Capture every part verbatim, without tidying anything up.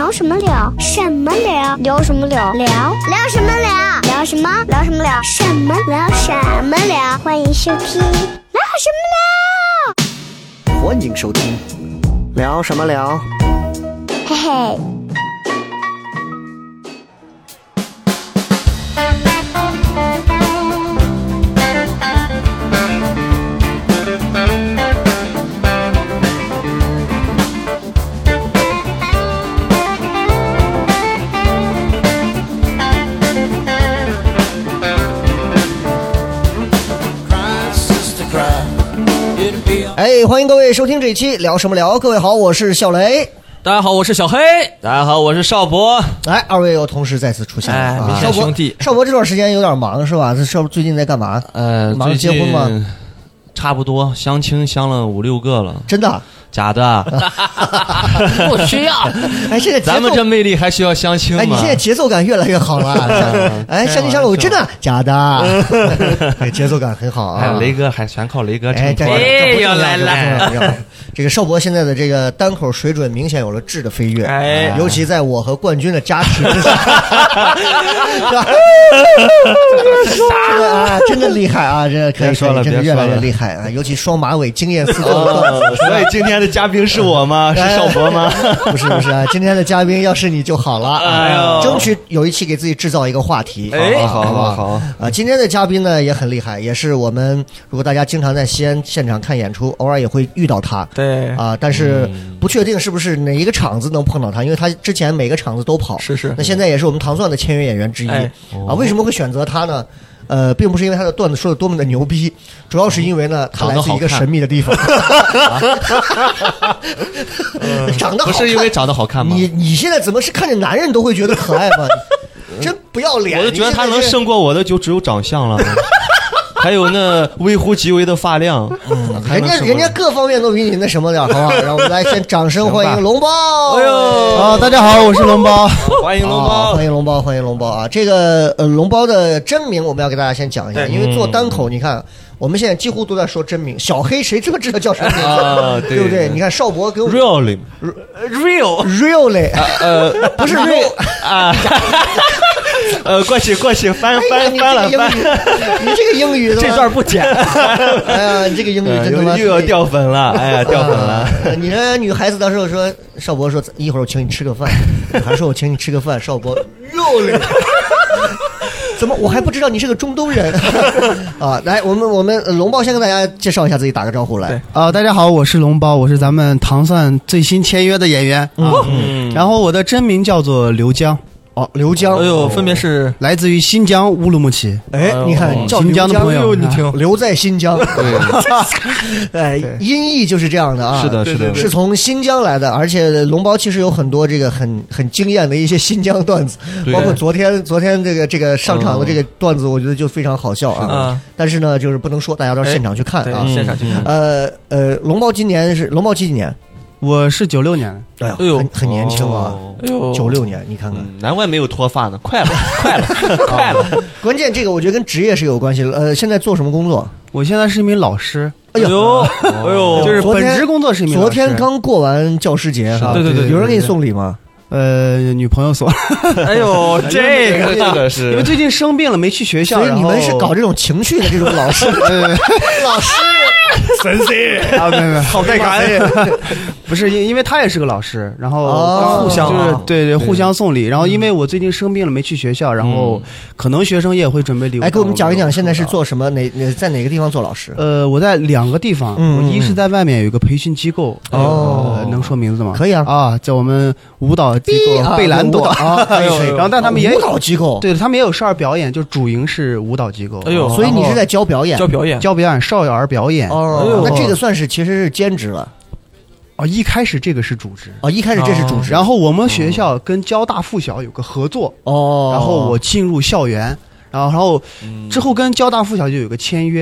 聊什么聊？什么聊？聊什么聊？聊聊什么聊？聊什么？聊什么聊？什么聊？什么聊？欢迎收听聊什么聊？ 欢迎收听聊什么聊？ 嘿嘿。 哎，欢迎各位收听这一期聊什么聊。各位好，我是小雷。 大家好，我是小黑。 大家好，我是邵博。 哎，二位又同时再次出现了。 哎，明显兄弟。 邵博这段时间有点忙是吧？这邵博最近在干嘛？ 呃， 忙着结婚吗？ 差不多，相亲相了五六个了。 真的？ 假的？ 不需要。 哎，现在咱们这魅力还需要相亲吗？ 哎，你现在节奏感越来越好了。哎，相亲相了，真的假的？节奏感很好啊。 哎，雷哥还全靠雷哥撑。 哎， 哎，要来了。 这个邵博现在的这个单口水准明显有了质的飞跃， 哎， 尤其在我和冠军的加持之下，是吧？这个啊，真的厉害啊！这可以说了，真的越来越厉害啊！尤其双马尾惊艳四座的段子。 所以今天的嘉宾是我吗？是邵博吗？ 不是不是啊，今天的嘉宾要是你就好了。 哎呦， 争取有一期给自己制造一个话题。 哎，好好好啊！今天的嘉宾呢也很厉害，也是我们如果大家经常在西安现场看演出，偶尔也会遇到他。 对啊，但是不确定是不是哪一个场子能碰到他，因为他之前每个场子都跑。 是是。 那现在也是我们糖蒜的签约演员之一。 哎、 啊，为什么会选择他呢？呃，并不是因为他的段子说的多么的牛逼，主要是因为呢，他来自一个神秘的地方。长得好看， 不是因为长得好看吗？ 你你现在怎么是看见男人都会觉得可爱吗？真不要脸！ 我就觉得他能胜过我的就只有长相了。还有那微乎其微的发量， 嗯，人家人家各方面都比你那什么点，好不好？让我们来先掌声欢迎龙包！ 哎呦， 啊，大家好，我是龙包， 欢迎龙包， 欢迎龙包，欢迎龙包啊！这个呃，龙包的真名我们要给大家先讲一下，因为做单口，你看我们现在几乎都在说真名，小黑谁这么知道叫什么名啊？ 对不对？你看邵博跟 really real really 呃不是 real 啊。呃，过去过去翻翻翻了翻， 你这个英语这段不剪。 哎呀，你这个英语真他妈又要掉粉了，哎呀，掉粉了。 你这女孩子到时候说，邵博说一会儿我请你吃个饭，还说我请你吃个饭，邵博又嘞。怎么我还不知道你是个中东人啊？来，我们我们龙包先跟大家介绍一下自己，打个招呼来。 啊、呃，大家好，我是龙包，我是咱们糖蒜最新签约的演员。 嗯， 嗯然后我的真名叫做刘江。 哦，刘江， 哎呦，分别是来自于新疆乌鲁木齐。 哎，你看，叫新疆的朋友， 你听， 留在新疆。 对， 哎，音译就是这样的啊。 是的，是的， 是从新疆来的，而且龙包其实有很多这个很很惊艳的一些新疆段子，包括昨天昨天这个这个上场的这个段子，我觉得就非常好笑啊。但是呢，就是不能说，大家到现场去看啊， 现场去看。 呃呃，龙包今年是龙包几几年？ 我是九六年， 哎呦，很很年轻啊！ 哎呦， 九六年，你看看， 难怪没有脱发呢，快了，快了，快了。 关键这个我觉得跟职业是有关系的。呃，现在做什么工作？ 我现在是一名老师。 哎呦， 哎呦， 就是本职工作是一名老师。 昨天刚过完教师节， 对对对， 有人给你送礼吗？ 呃，女朋友送。 哎呦，这个这个是因为最近生病了，没去学校。 所以你们是搞这种情绪的这种老师？老师。 神仙啊，没没，好干啥呀？不是，因因为他也是个老师，然后互相就是对对互相送礼。然后因为我最近生病了没去学校，然后可能学生也会准备礼物。 哎，给我们讲一讲现在是做什么？哪在哪个地方做老师？ 呃，我在两个地方，我一是在外面有一个培训机构，哦，能说名字吗？ 可以啊， 啊，叫我们舞蹈机构贝兰朵啊， 然后但他们也有舞蹈机构， 对他们也有少儿表演，就主营是舞蹈机构。 哎呦， 所以你是在教表演， 教表演， 教表演少儿表演。 哦，那这个算是其实是兼职了。 哦，一开始这个是主职哦，一开始这是主职， 然后我们学校跟交大附小有个合作哦， 然后我进入校园，然后然后之后跟交大附小就有个签约，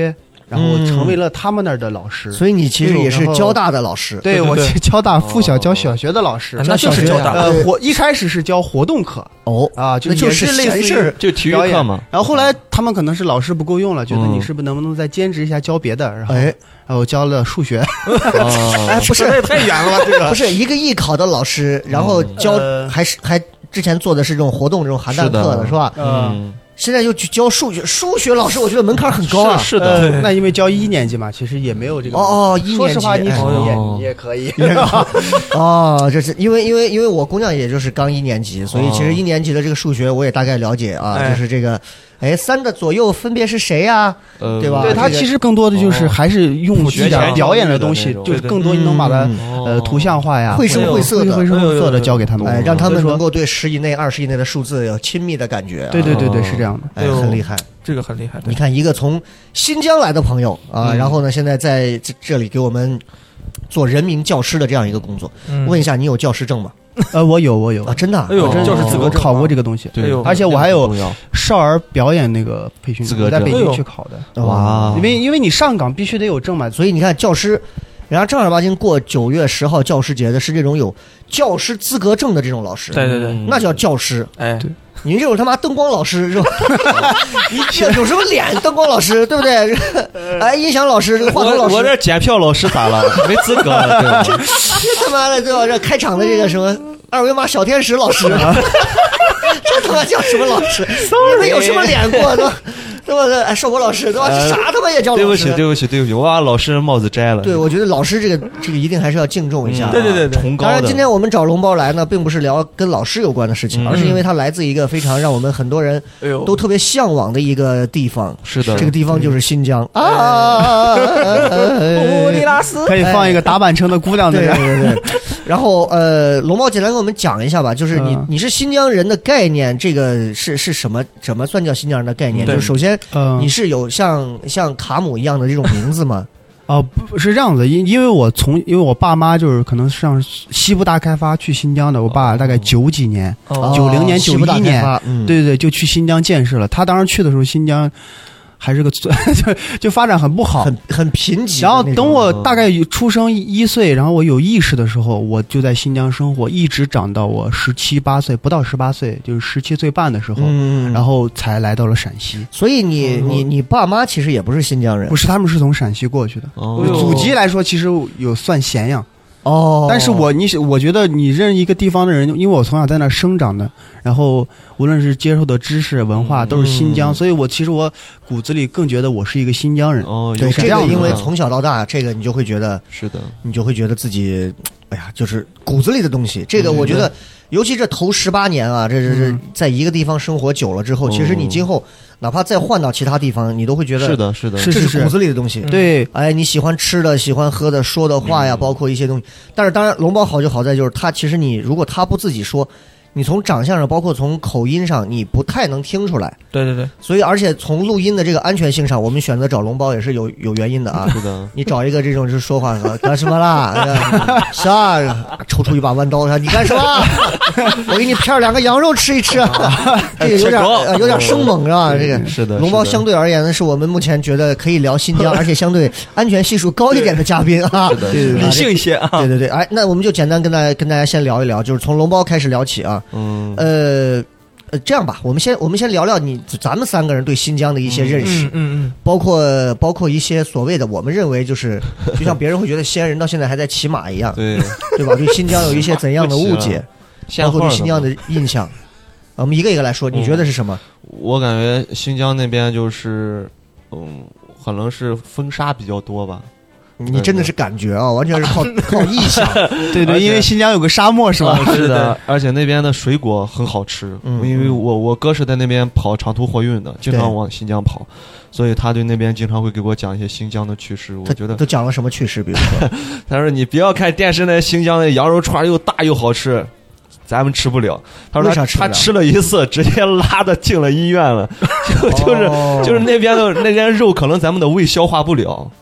然后成为了他们那儿的老师。 所以你其实也是交大的老师。 对，我是交大附小教小学的老师， 那就是交大。 呃，活一开始是教活动课哦啊，就就是类似于就体育课嘛。 然后后来他们可能是老师不够用了，觉得你是不是能不能再兼职一下教别的？然后哎， 然后教了数学。 哎，不是太远了吧？这个不是一个艺考的老师，然后教还是还之前做的是这种活动这种邯郸课的是吧？ 嗯。 现在又去教数学，数学老师我觉得门槛很高啊。 是的， 呃、那因为教一年级嘛，其实也没有这个。 哦哦，一年级。 说实话，你、 哎、 也你也可以。 哦，这是因为因为因为我姑娘也就是刚一年级，所以其实一年级的这个数学我也大概了解啊， 哎、 就是这个。哎，三的左右分别是谁呀、啊？ 呃， 对吧？ 对，他其实更多的就是还是用一点表演的东西，就是更多能把它呃图像化呀， 绘声绘色的、 绘声绘色的教给他们， 哎，让他们能够对十以内、二十以内的数字有亲密的感觉。 对对对对，是这样的， 哎，很厉害， 这个很厉害。 你看，一个从新疆来的朋友啊，然后呢，现在在这里给我们做人民教师的这样一个工作。问一下，你有教师证吗？ 呃，我有，我有啊，真的， 哎呦，教师资格证考过这个东西， 对， 而且我还有少儿表演那个培训资格证， 在北京去考的。 哇， 因为因为你上岗必须得有证嘛， 所以你看教师，人家正儿八经过九月十号教师节的是这种有教师资格证的这种老师， 对对对， 那叫教师， 哎， 对。你这种他妈灯光老师是吧？你有什么脸？灯光老师对不对？哎，音响老师，这个化妆老师， 我, 我这检票老师咋了？没资格了，对吧？ 这他妈的对吧？这开场的这个什么二维码小天使老师，这他妈叫什么老师？你们有什么脸过的？对吧？哎，寿国老师对吧？这啥他妈也叫老师？ 对不起，对不起，对不起，我把老师帽子摘了。 对，我觉得老师这个这个一定还是要敬重一下、啊。 对对对对， 崇高的。 当然，今天我们找龙包来呢，并不是聊跟老师有关的事情，嗯、而是因为他来自一个非常让我们很多人都特别向往的一个地方。 是的， 这个地方就是新疆、嗯、啊！ 乌里拉斯可以放一个打板城的姑娘的人。 对对对。然后呃，龙猫简单给我们讲一下吧，就是你、嗯、你是新疆人的概念，这个是是什么？怎么算叫新疆人的概念？就是首先，嗯、你是有像像卡姆一样的这种名字吗？ 哦，不是这样子，因因为我从因为我爸妈就是可能上西部大开发去新疆的，我爸大概九几年，九零、哦、年九一年， 嗯、 对对对，就去新疆建设了。他当时去的时候，新疆还是个就就发展很不好， 很很贫瘠。 然后等我大概出生一岁，然后我有意识的时候，我就在新疆生活，一直长到我十七八岁，不到十八岁，就是十七岁半的时候， 嗯、 然后才来到了陕西。 所以你、嗯、你你爸妈其实也不是新疆人， 不是，他们是从陕西过去的。 哦、 祖籍来说，其实有算咸阳。 哦， 但是我你我觉得你认一个地方的人，因为我从小在那生长的，然后无论是接受的知识文化都是新疆，嗯、所以我其实我骨子里更觉得我是一个新疆人。 哦， 对， 这样因为从小到大，这个你就会觉得是的， 你就会觉得自己，哎呀，就是骨子里的东西。这个我觉得，嗯、尤其这头十八年啊，这这这在一个地方生活久了之后，嗯、其实你今后。哪怕再换到其他地方，你都会觉得是的，是的， 这是骨子里的东西。 对， 哎，你喜欢吃的，喜欢喝的，说的话呀，包括一些东西。但是当然，龙包好就好在就是他，其实你如果他不自己说，你从长相上，包括从口音上，你不太能听出来。 对对对。 所以，而且从录音的这个安全性上，我们选择找龙包也是有有原因的啊。 是的。 你找一个这种就是说话干什么啦？啥？抽出一把弯刀，你干什么？我给你片两个羊肉吃一吃。这个有点呃有点生猛啊，这个是的。 龙包相对而言呢，是我们目前觉得可以聊新疆，而且相对安全系数高一点的嘉宾啊。 对，理性一些啊。 对对对，哎，那我们就简单跟大家跟大家先聊一聊，就是从龙包开始聊起啊。 嗯。 呃。呃，这样吧，我们先我们先聊聊你咱们三个人对新疆的一些认识， 嗯嗯嗯， 包括包括一些所谓的我们认为就是就像别人会觉得西安人到现在还在骑马一样， 对对吧？对新疆有一些怎样的误解，包括对新疆的印象，我们一个一个来说，你觉得是什么？ 我感觉新疆那边就是，嗯，可能是风沙比较多吧。 你真的是感觉啊，完全是靠靠意象。 对对，因为新疆有个沙漠是吧？ 是的，而且那边的水果很好吃。嗯，因为我我哥是在那边跑长途货运的，经常往新疆跑，所以他对那边经常会给我讲一些新疆的趣事。我觉得都讲了什么趣事？比如说， 他说你不要看电视那新疆的羊肉串又大又好吃。咱们吃不了，他说他他吃了一次，直接拉的进了医院了，就就是、哦、就是那边的那边肉可能咱们的胃消化不了。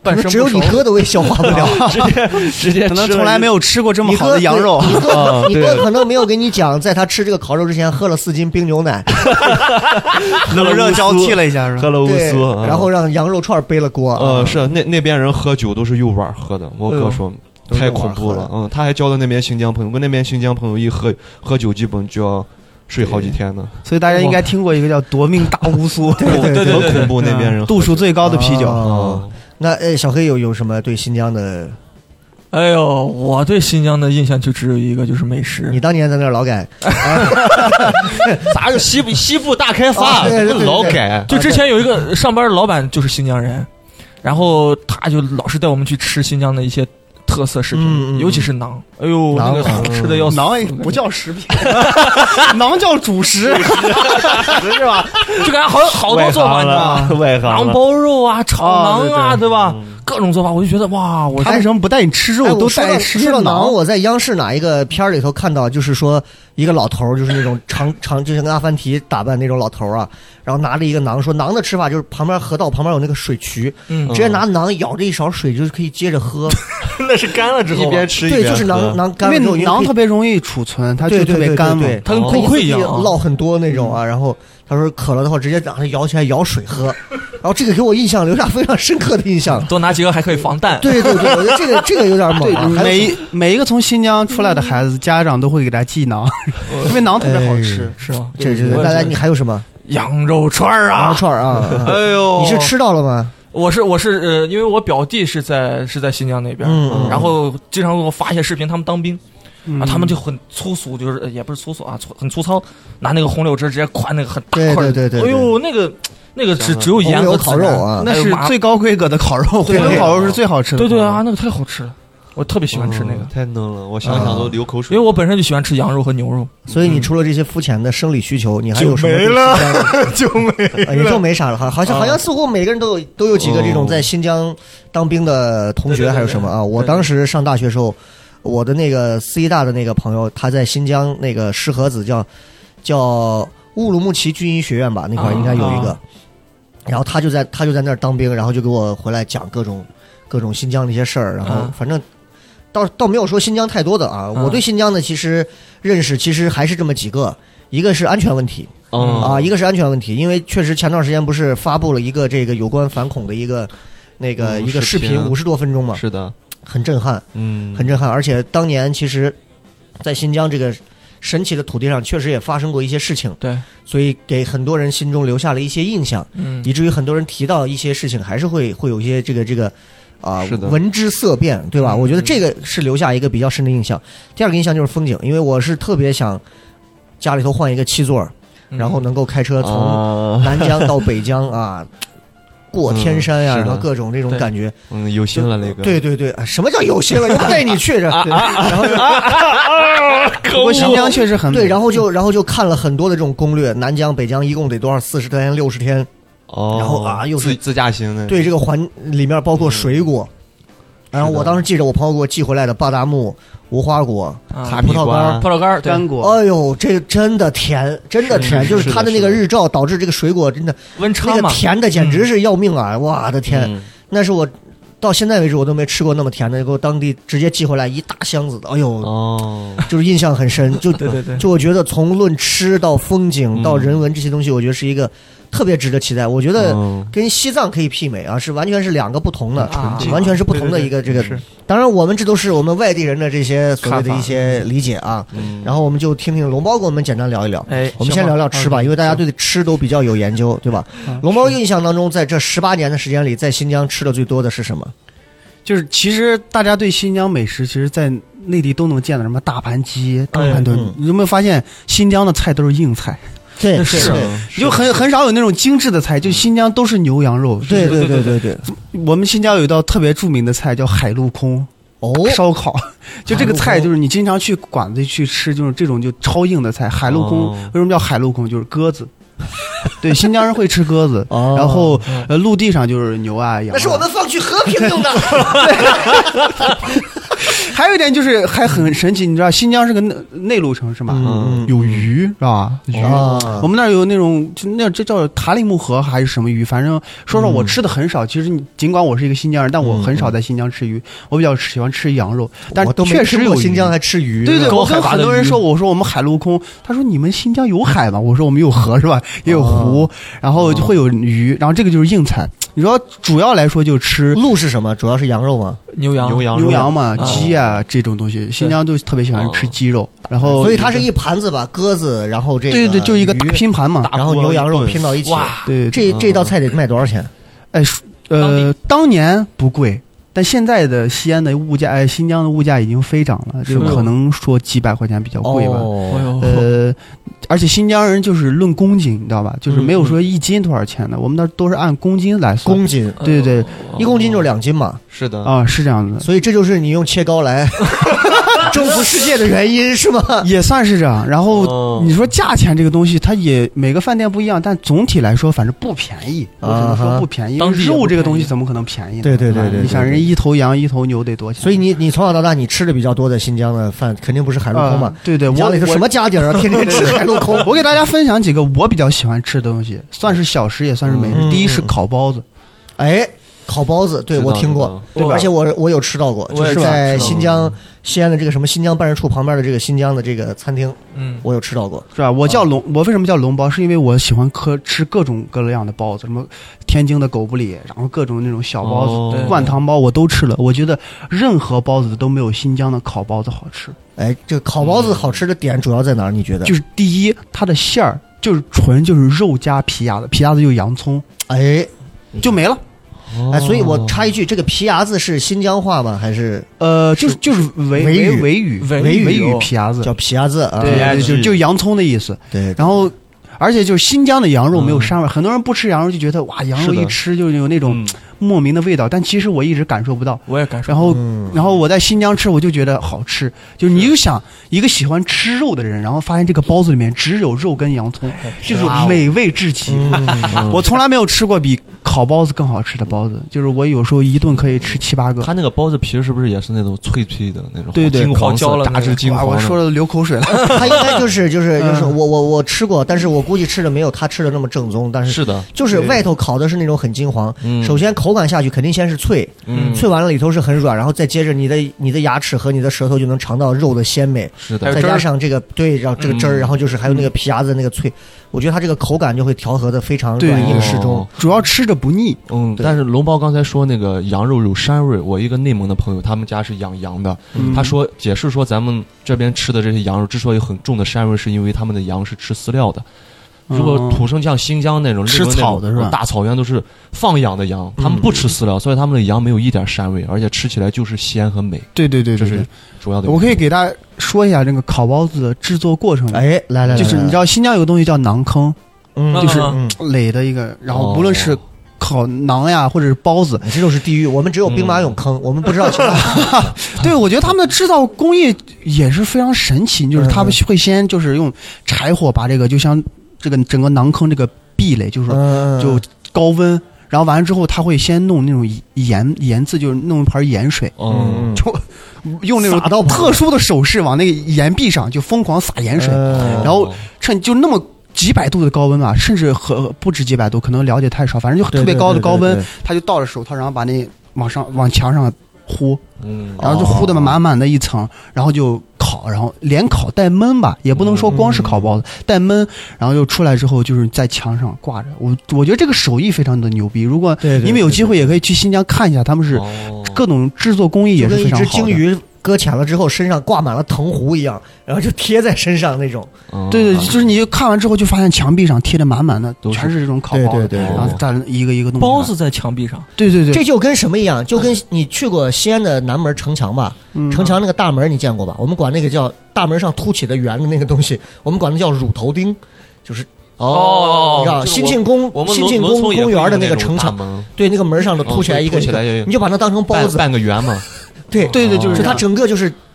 可能只有你哥的胃消化不了， 直接直接可能从来没有吃过这么好的羊肉。 你哥你哥可能没有跟你讲，在他吃这个烤肉之前喝了四斤冰牛奶， 冷热交替了一下，是吧？ 喝了乌苏， 然后让羊肉串背了锅。 呃，是那那边人喝酒都是用碗喝的，我哥说。太恐怖了，嗯，他还交的那边新疆朋友，跟那边新疆朋友一喝喝酒，基本就要睡好几天呢。 所以大家应该听过一个叫“夺命大乌苏”， 对对对对， 很恐怖，那边人度数最高的啤酒。 哦，那呃，小黑有有什么对新疆的？ 哎呦，我对新疆的印象就只有一个，就是美食。 你当年在那儿劳改， 咋就西部西部大开发，劳改？ 就之前有一个上班的老板就是新疆人，然后他就老是带我们去吃新疆的一些特色食品， 嗯嗯、 尤其是馕。哎呦，那个好吃的要死！ 馕不叫食品，馕叫主食， 是吧？就感觉好好多做法，你知道吗？馕包肉啊，炒馕啊， 哦、 对, 对, 对吧？嗯、各种做法，我就觉得哇，我他为什么不带你吃肉， 哎、 都带吃吃到馕？ 我在央视哪一个片里头看到，就是说一个老头，就是那种长长，就像跟阿凡提打扮那种老头啊，然后拿着一个馕，说馕的吃法就是旁边河道旁边有那个水渠，嗯，直接拿馕舀着一勺水就可以接着喝， 那是干了之后一边吃一边喝，对，就是馕馕干了之后， 馕特别容易储存，它就特别干嘛， 它跟锅盔一样， 烙很多那种啊。然后他说渴了的话，直接让它舀起来舀水喝。然后这个给我印象留下非常深刻的印象。 多拿几个还可以防弹。 对对对，我觉得这个这个有点猛、啊。 每每一个从新疆出来的孩子，家长都会给他寄馕，因为馕特别好吃， 是吗？这这大家你还有什么？ 羊肉串啊， 羊肉串啊！ 哎呦， 你是吃到了吗？ 我是我是呃，因为我表弟是在是在新疆那边，嗯、然后经常给我发一些视频，他们当兵。啊，他们就很粗俗，就是也不是粗俗啊，粗很粗糙，拿那个红柳枝直接宽那个很大块， 对对对对， 哎呦，那个那个只只有盐和烤肉啊， 那是最高规格的烤肉，红柳烤肉是最好吃的。 对对啊，那个太好吃了，我特别喜欢吃那个， 太嫩了，我想想都流口水。 因为我本身就喜欢吃羊肉和牛肉， 所以你除了这些肤浅的生理需求，你还有什么？ 没了，就没了， 你就没啥了，好，好像好像似乎每个人都有都有几个这种在新疆当兵的同学，还有什么啊？我当时上大学时候。我的那个四医大的那个朋友，他在新疆那个石河子叫叫乌鲁木齐军医学院吧，那块应该有一个。啊、然后他就在他就在那儿当兵，然后就给我回来讲各种各种新疆的一些事儿。然后反正倒倒没有说新疆太多的啊。我对新疆的其实认识其实还是这么几个，一个是安全问题，嗯、啊，一个是安全问题，因为确实前段时间不是发布了一个这个有关反恐的一个那个、嗯、一个视频，五十多分钟嘛。 是的。 很震撼，嗯，很震撼，而且当年其实，在新疆这个神奇的土地上，确实也发生过一些事情， 对， 所以给很多人心中留下了一些印象，嗯，以至于很多人提到一些事情，还是会会有一些这个这个啊、呃、闻之色变，对吧？嗯、我觉得这个是留下一个比较深的印象。第二个印象就是风景，因为我是特别想家里头换一个七座，嗯、然后能够开车从南疆到北疆啊。过天山呀、啊嗯，然后各种这种感觉， 嗯，有心了那个。 对对对，什么叫有心了？又不带你去着，然后不过新疆确实很美对，然后就然后就看了很多的这种攻略，南疆、北疆一共得多少？四十天、六十天， 哦， 然后啊，又是自驾行的， 对这个环里面包括水果，嗯、然后我当时记着我朋友给我寄回来的巴达木。无花果、 啊、 葡萄干、 葡萄干、 干果， 哎呦，这个真的甜，真的甜，是就是它的那个日照导致这个水果真的温差那个甜的简直是要命啊！嗯、我的天，嗯、那是我到现在为止我都没吃过那么甜的，给我当地直接寄回来一大箱子的，哎呦， 哦， 就是印象很深，就对对对， 就我觉得从论吃到风景到人文这些东西，我觉得是一个。特别值得期待，我觉得跟西藏可以媲美啊，是完全是两个不同的，啊、完全是不同的一个这个。 对对对当然，我们这都是我们外地人的这些所谓的一些理解啊。然后我们就听听龙包跟我们简单聊一聊。 哎， 我们先聊聊吃吧，因为大家对吃都比较有研究，对吧？龙包印象当中，在这十八年的时间里，在新疆吃的最多的是什么？ 就是其实大家对新疆美食，其实，在内地都能见到什么大盘鸡、大盘炖。你有没有发现新疆的菜都是硬菜？ 对， 是，是就很很少有那种精致的菜，就新疆都是牛羊肉。 对对对对对， 我们新疆有一道特别著名的菜叫海陆空哦， 烧烤。就这个菜，就是你经常去馆子去吃，就是这种就超硬的菜。海陆空为什么叫海陆空？就是鸽子。对，新疆人会吃鸽子，哦、然后呃，陆地上就是牛啊羊啊。 那是我们放去和平用的。 还有一点就是还很神奇，你知道新疆是个内内陆城市嘛， 嗯、 有鱼是吧？鱼， 啊、 我们那儿有那种就那这叫塔里木河还是什么鱼，反正说实话我吃的很少。其实你尽管我是一个新疆人，但我很少在新疆吃鱼，我比较喜欢吃羊肉。但确实有新疆还吃鱼。 对对，我跟很多人说，我说我们海陆空，他说你们新疆有海吗？我说我们有河是吧？也有湖，然后会有鱼，然后这个就是硬菜。你说主要来说就吃鹿是什么？主要是羊肉吗？ 牛羊牛羊牛羊嘛，鸡啊这种东西，新疆都特别喜欢吃鸡肉。然后所以它是一盘子吧，鸽子，然后这个对对，就一个大拼盘嘛， 然后牛羊肉拼到一起。 哇， 对， 这这道菜得卖多少钱？ 哎，呃，当年不贵。但现在的西安的物价，哎，新疆的物价已经飞涨了，就可能说几百块钱比较贵吧。 哦、 呃，而且新疆人就是论公斤，你知道吧？就是没有说一斤多少钱的，嗯、我们那都是按公斤来算。 公斤， 对对对， 一公斤就是两斤嘛。 是的啊，是这样子。 所以这就是你用切糕来征服世界的原因，是吗？ 也算是这样。然后你说价钱这个东西，它也每个饭店不一样，但总体来说，反正不便宜。我只能说不便宜。肉这个东西怎么可能便宜呢？ 对对对 对, 对, 对， 你想人一头羊一头牛得多钱？ 所以你你从小到大你吃的比较多的新疆的饭，肯定不是海陆空嘛？ 呃、对对， 家里头什么家底儿啊？天天吃海陆空。 我给大家分享几个我比较喜欢吃的东西，算是小食也算是美食。嗯、第一是烤包子， 哎。烤包子，对我听过，对吧？而且我我有吃到过，就是在新疆西安的这个什么新疆办事处旁边的这个新疆的这个餐厅，嗯，我有吃到过， 是吧？我叫笼，我为什么叫笼包？是因为我喜欢喝吃各种各样的包子，什么天津的狗不理，然后各种那种小包子、哦、灌汤包我都吃了。我觉得任何包子都没有新疆的烤包子好吃。 哎，这个烤包子好吃的点主要在哪儿？你觉得？ 就是第一，它的馅儿就是纯就是肉加皮牙子，皮牙子就是洋葱， 哎， 就没了。 哎，所以我插一句，这个皮牙子是新疆话吗？还是呃，就是就是维维语维语维语皮牙子叫皮牙子啊？ 对，就就洋葱的意思。 对， 然后而且就是新疆的羊肉没有膻味，很多人不吃羊肉就觉得哇，羊肉一吃就有那种莫名的味道，但其实我一直感受不到。 我也感受。 然后然后我在新疆吃，我就觉得好吃。就是你就想一个喜欢吃肉的人，然后发现这个包子里面只有肉跟洋葱，就是美味至极。我从来没有吃过比烤包子更好吃的包子，就是我有时候一顿可以吃七八个。 它那个包子皮是不是也是那种脆脆的那种？ 对对， 金黄色，大致金黄。 我说的流口水了。 它应该就是就是就是我我我吃过，但是我估计吃的没有他吃的那么正宗。但是是的， 就是外头烤的是那种很金黄。首先口感下去肯定先是脆，脆完了里头是很软，然后再接着你的你的牙齿和你的舌头就能尝到肉的鲜美。 是的， 再加上这个对，然后这个汁儿，然后就是还有那个皮牙子那个脆，我觉得它这个口感就会调和的非常软硬适中， 主要吃着不腻。 嗯。但是龙包刚才说那个羊肉有膻味，我一个内蒙的朋友，他们家是养羊的，嗯、他说解释说咱们这边吃的这些羊肉之所以很重的膻味，是因为他们的羊是吃饲料的。如果土生像新疆那种吃草的是吧？ 大草原都是放养的羊，他们不吃饲料，所以他们的羊没有一点膻味，而且吃起来就是鲜和美。 对对对对， 这是主要的。 我可以给大家说一下这个烤包子的制作过程。 哎，来 来, 来， 就是你知道新疆有个东西叫馕坑， 嗯， 就是垒的一个，然后无论是烤馕呀，或者是包子， 这就是地狱。我们只有兵马俑坑，嗯、我们不知道其他。 对，我觉得他们的制造工艺也是非常神奇，就是他们会先就是用柴火把这个，就像这个整个馕坑这个壁垒，就是就高温，然后完了之后，他会先弄那种盐盐渍，就是弄一盘盐水， 嗯， 就用那种特殊的手势往那个岩壁上就疯狂撒盐水， 嗯、 然后趁就那么。几百度的高温吧，甚至和不止几百度，可能了解太少，反正就特别高的高温，对对对对对，他就倒着手套，然后把那往上往墙上呼，嗯，然后就呼的满满的一层，然后就烤，然后连烤带焖吧，也不能说光是烤包子，嗯、带焖，然后就出来之后就是在墙上挂着。我我觉得这个手艺非常的牛逼，如果你们有机会也可以去新疆看一下，他们是各种制作工艺也是非常好的。 就跟一只鲸鱼搁浅了之后身上挂满了藤壶一样，然后就贴在身上那种。 嗯、对对，就是你看完之后就发现墙壁上贴的满满的全是这种烤包子， 对对对， 然后再一个一个弄包子在墙壁上。 对对对， 这就跟什么一样？就跟你去过西安的南门城墙吧？嗯、城墙那个大门你见过吧？我们管那个叫大门上凸起的圆的那个东西，我们管它叫乳头钉，就是。 哦， 你知道新庆宫新庆宫公园的那个城墙，对，那个门上的凸起来一个，你就把它当成包子， 半个圆嘛。 对对对，就是它整个就是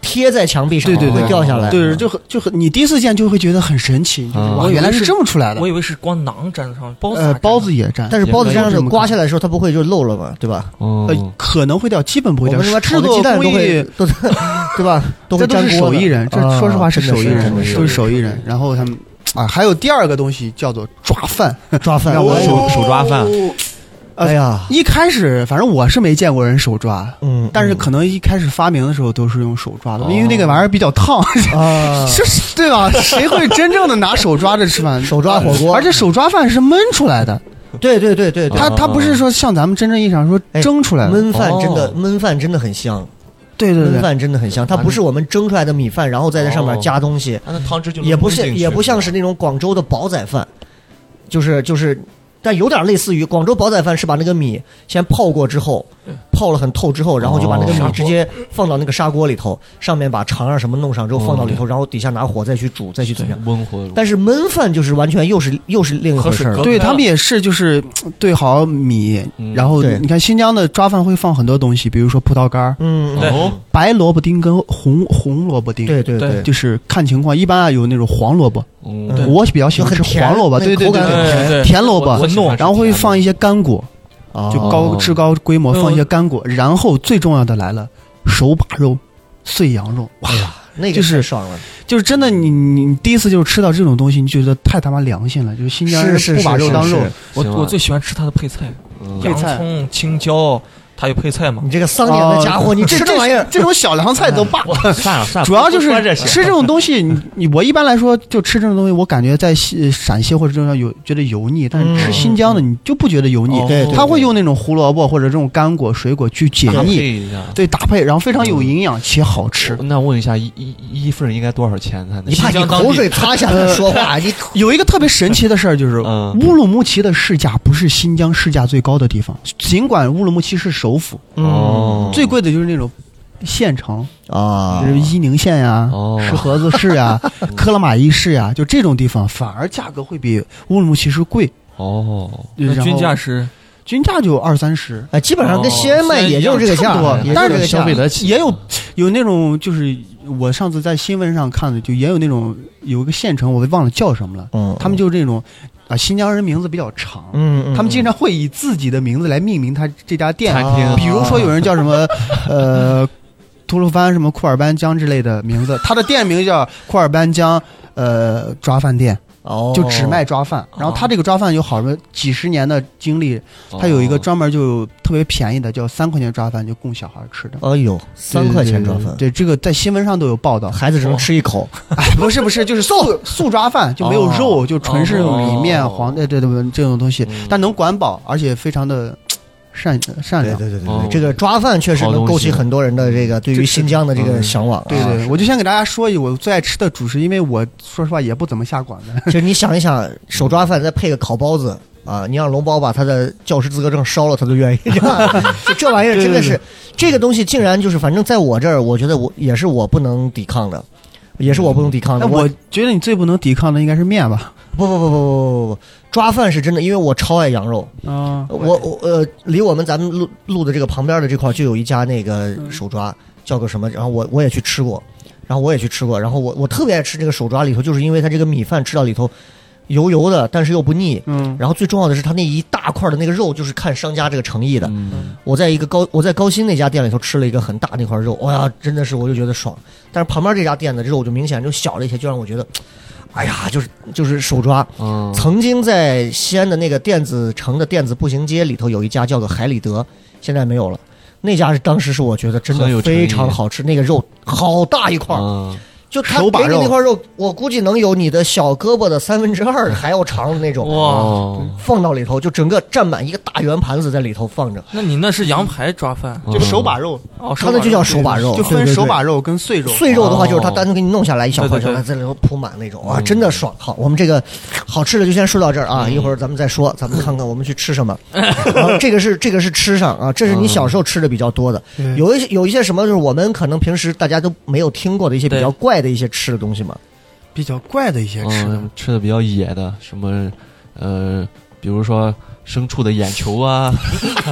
贴在墙壁上， 对对对， 会掉下来。 对，就很就很你第一次见就会觉得很神奇，就是哇，原来是这么出来的。 我以为是光馕粘上，包子呃包子也粘， 但是包子粘上刮下来的时候，它不会就漏了嘛，对吧？ 呃，可能会掉，基本不会掉。 我们制作鸡蛋都会都对吧？都会粘锅的。 这都是手艺人，这说实话是手艺人，都是手艺人。然后他们啊，还有第二个东西叫做抓饭， 抓饭， 手手抓饭。 哎呀， 一开始反正我是没见过人手抓， 嗯， 但是可能一开始发明的时候都是用手抓的，因为那个玩意儿比较烫啊， 是，对吧？谁会真正的拿手抓着吃饭？ 手抓火锅， 而且手抓饭是焖出来的。 对对对对， 它它不是说像咱们真正意义上说蒸出来的。 焖饭真的焖饭真的很香。 对对对， 焖饭真的很香，它不是我们蒸出来的米饭，然后再在上面加东西， 那汤汁就也不是也不像是那种广州的煲仔饭，就是就是。但有点类似于广州煲仔饭，是把那个米先泡过之后，泡了很透之后，然后就把那个米直接放到那个砂锅里头，上面把肠啊什么弄上之后放到里头，然后底下拿火再去煮，再去怎么样温火。 但是焖饭就是完全又是又是另一回事儿。 对他们也是就是兑好米，然后你看新疆的抓饭会放很多东西，比如说葡萄干， 嗯， 对， 白萝卜丁跟红红萝卜丁， 对对对， 就是看情况，一般啊有那种黄萝卜。 嗯， 我比较喜欢吃黄萝卜，对对对对， 甜萝卜，然后会放一些干果， 哦、 就高至高规模放一些干果，然后最重要的来了，手把肉、碎羊肉，哇， 那个就是爽了， 就是真的你，你你第一次就是吃到这种东西，你觉得太他妈良心了，就是新疆人不把肉当肉。 我我最喜欢吃它的配菜，洋葱、青椒。它有配菜吗？ 你这个丧眼的家伙，你吃这玩意儿， 这种小凉菜都罢了。 算了算了， 主要就是吃这种东西，你你我一般来说就吃这种东西，我感觉在西陕西或者这种有觉得油腻，但是吃新疆的你就不觉得油腻。 对， 他会用那种胡萝卜或者这种干果水果去解腻，对，搭配，然后非常有营养且好吃。 那问一下，一一一份应该多少钱才能？ 你怕你口水擦下来说话？你有一个特别神奇的事儿，就是乌鲁木齐的市价不是新疆市价最高的地方，尽管乌鲁木齐是首府。 哦， 最贵的就是那种县城啊， 就是伊宁县呀、石河子市呀、克拉玛依市呀，就这种地方反而价格会比乌鲁木齐市贵。 哦， 那均价是？ 均价就二三十， 哎，基本上跟西安卖也就这个价， 但是消费得起。 也有有那种，就是我上次在新闻上看的，就也有那种有一个县城，我忘了叫什么了。嗯，他们就是这种。啊，新疆人名字比较长，嗯，嗯他们经常会以自己的名字来命名他这家店， 餐厅， 比如说有人叫什么，呃，吐鲁番什么库尔班江之类的名字，他的店名叫库尔班江呃抓饭店。哦，就只卖抓饭，然后他这个抓饭有好多几十年的经历，他有一个专门就特别便宜的，叫三块钱抓饭，就供小孩吃的。 哎呦，三块钱抓饭， 对，这个在新闻上都有报道， 孩子只能吃一口。 哎，不是不是，就是素素抓饭，就没有肉，就纯是米面黄的，对对对，这种东西，但能管饱，而且非常的。善善良， 对对对对，这个抓饭确实能勾起很多人的这个对于新疆的这个向往。 对对，我就先给大家说一我最爱吃的主食，因为我说实话也不怎么下馆子。 其实你想一想，手抓饭再配个烤包子啊，你让龙包把他的教师资格证烧了，他都愿意。就这玩意儿真的是，这个东西竟然就是，反正在我这儿，我觉得我也是我不能抵抗的，也是我不能抵抗的。 我觉得你最不能抵抗的应该是面吧？ 不不不不不不不。抓饭是真的，因为我超爱羊肉啊！我我呃，离我们咱们录录的这个旁边的这块就有一家那个手抓，叫个什么？然后我我也去吃过，然后我也去吃过，然后我我特别爱吃这个手抓里头，就是因为它这个米饭吃到里头油油的，但是又不腻。嗯。然后最重要的是它那一大块的那个肉，就是看商家这个诚意的。嗯。我在一个高我在高新那家店里头吃了一个很大那块肉，哇呀，真的是我就觉得爽。但是旁边这家店的肉就明显就小了一些，就让我觉得。哎呀，就是就是手抓。嗯，曾经在西安的那个电子城的电子步行街里头有一家叫做海里德，现在没有了。那家是当时是我觉得真的非常好吃，那个肉好大一块。嗯，就他给你那块肉，我估计能有你的小胳膊的三分之二还要长的那种。哇，放到里头就整个占满一个大圆盘子在里头放着。 那你那是羊排抓饭， 就手把肉。 哦， 他那就叫手把肉， 就分手把肉跟碎肉。 碎肉的话就是他单独给你弄下来一小块小块在里头铺满那种，哇，真的爽。好，我们这个好吃的就先说到这儿啊，一会儿咱们再说，咱们看看我们去吃什么。然后这个是这个是吃上啊，这是你小时候吃的比较多的，有一些有一些什么就是我们可能平时大家都没有听过的一些比较怪的一些吃的东西嘛。 比较怪的一些吃的， 嗯、吃的比较野的，什么呃，比如说牲畜的眼球啊，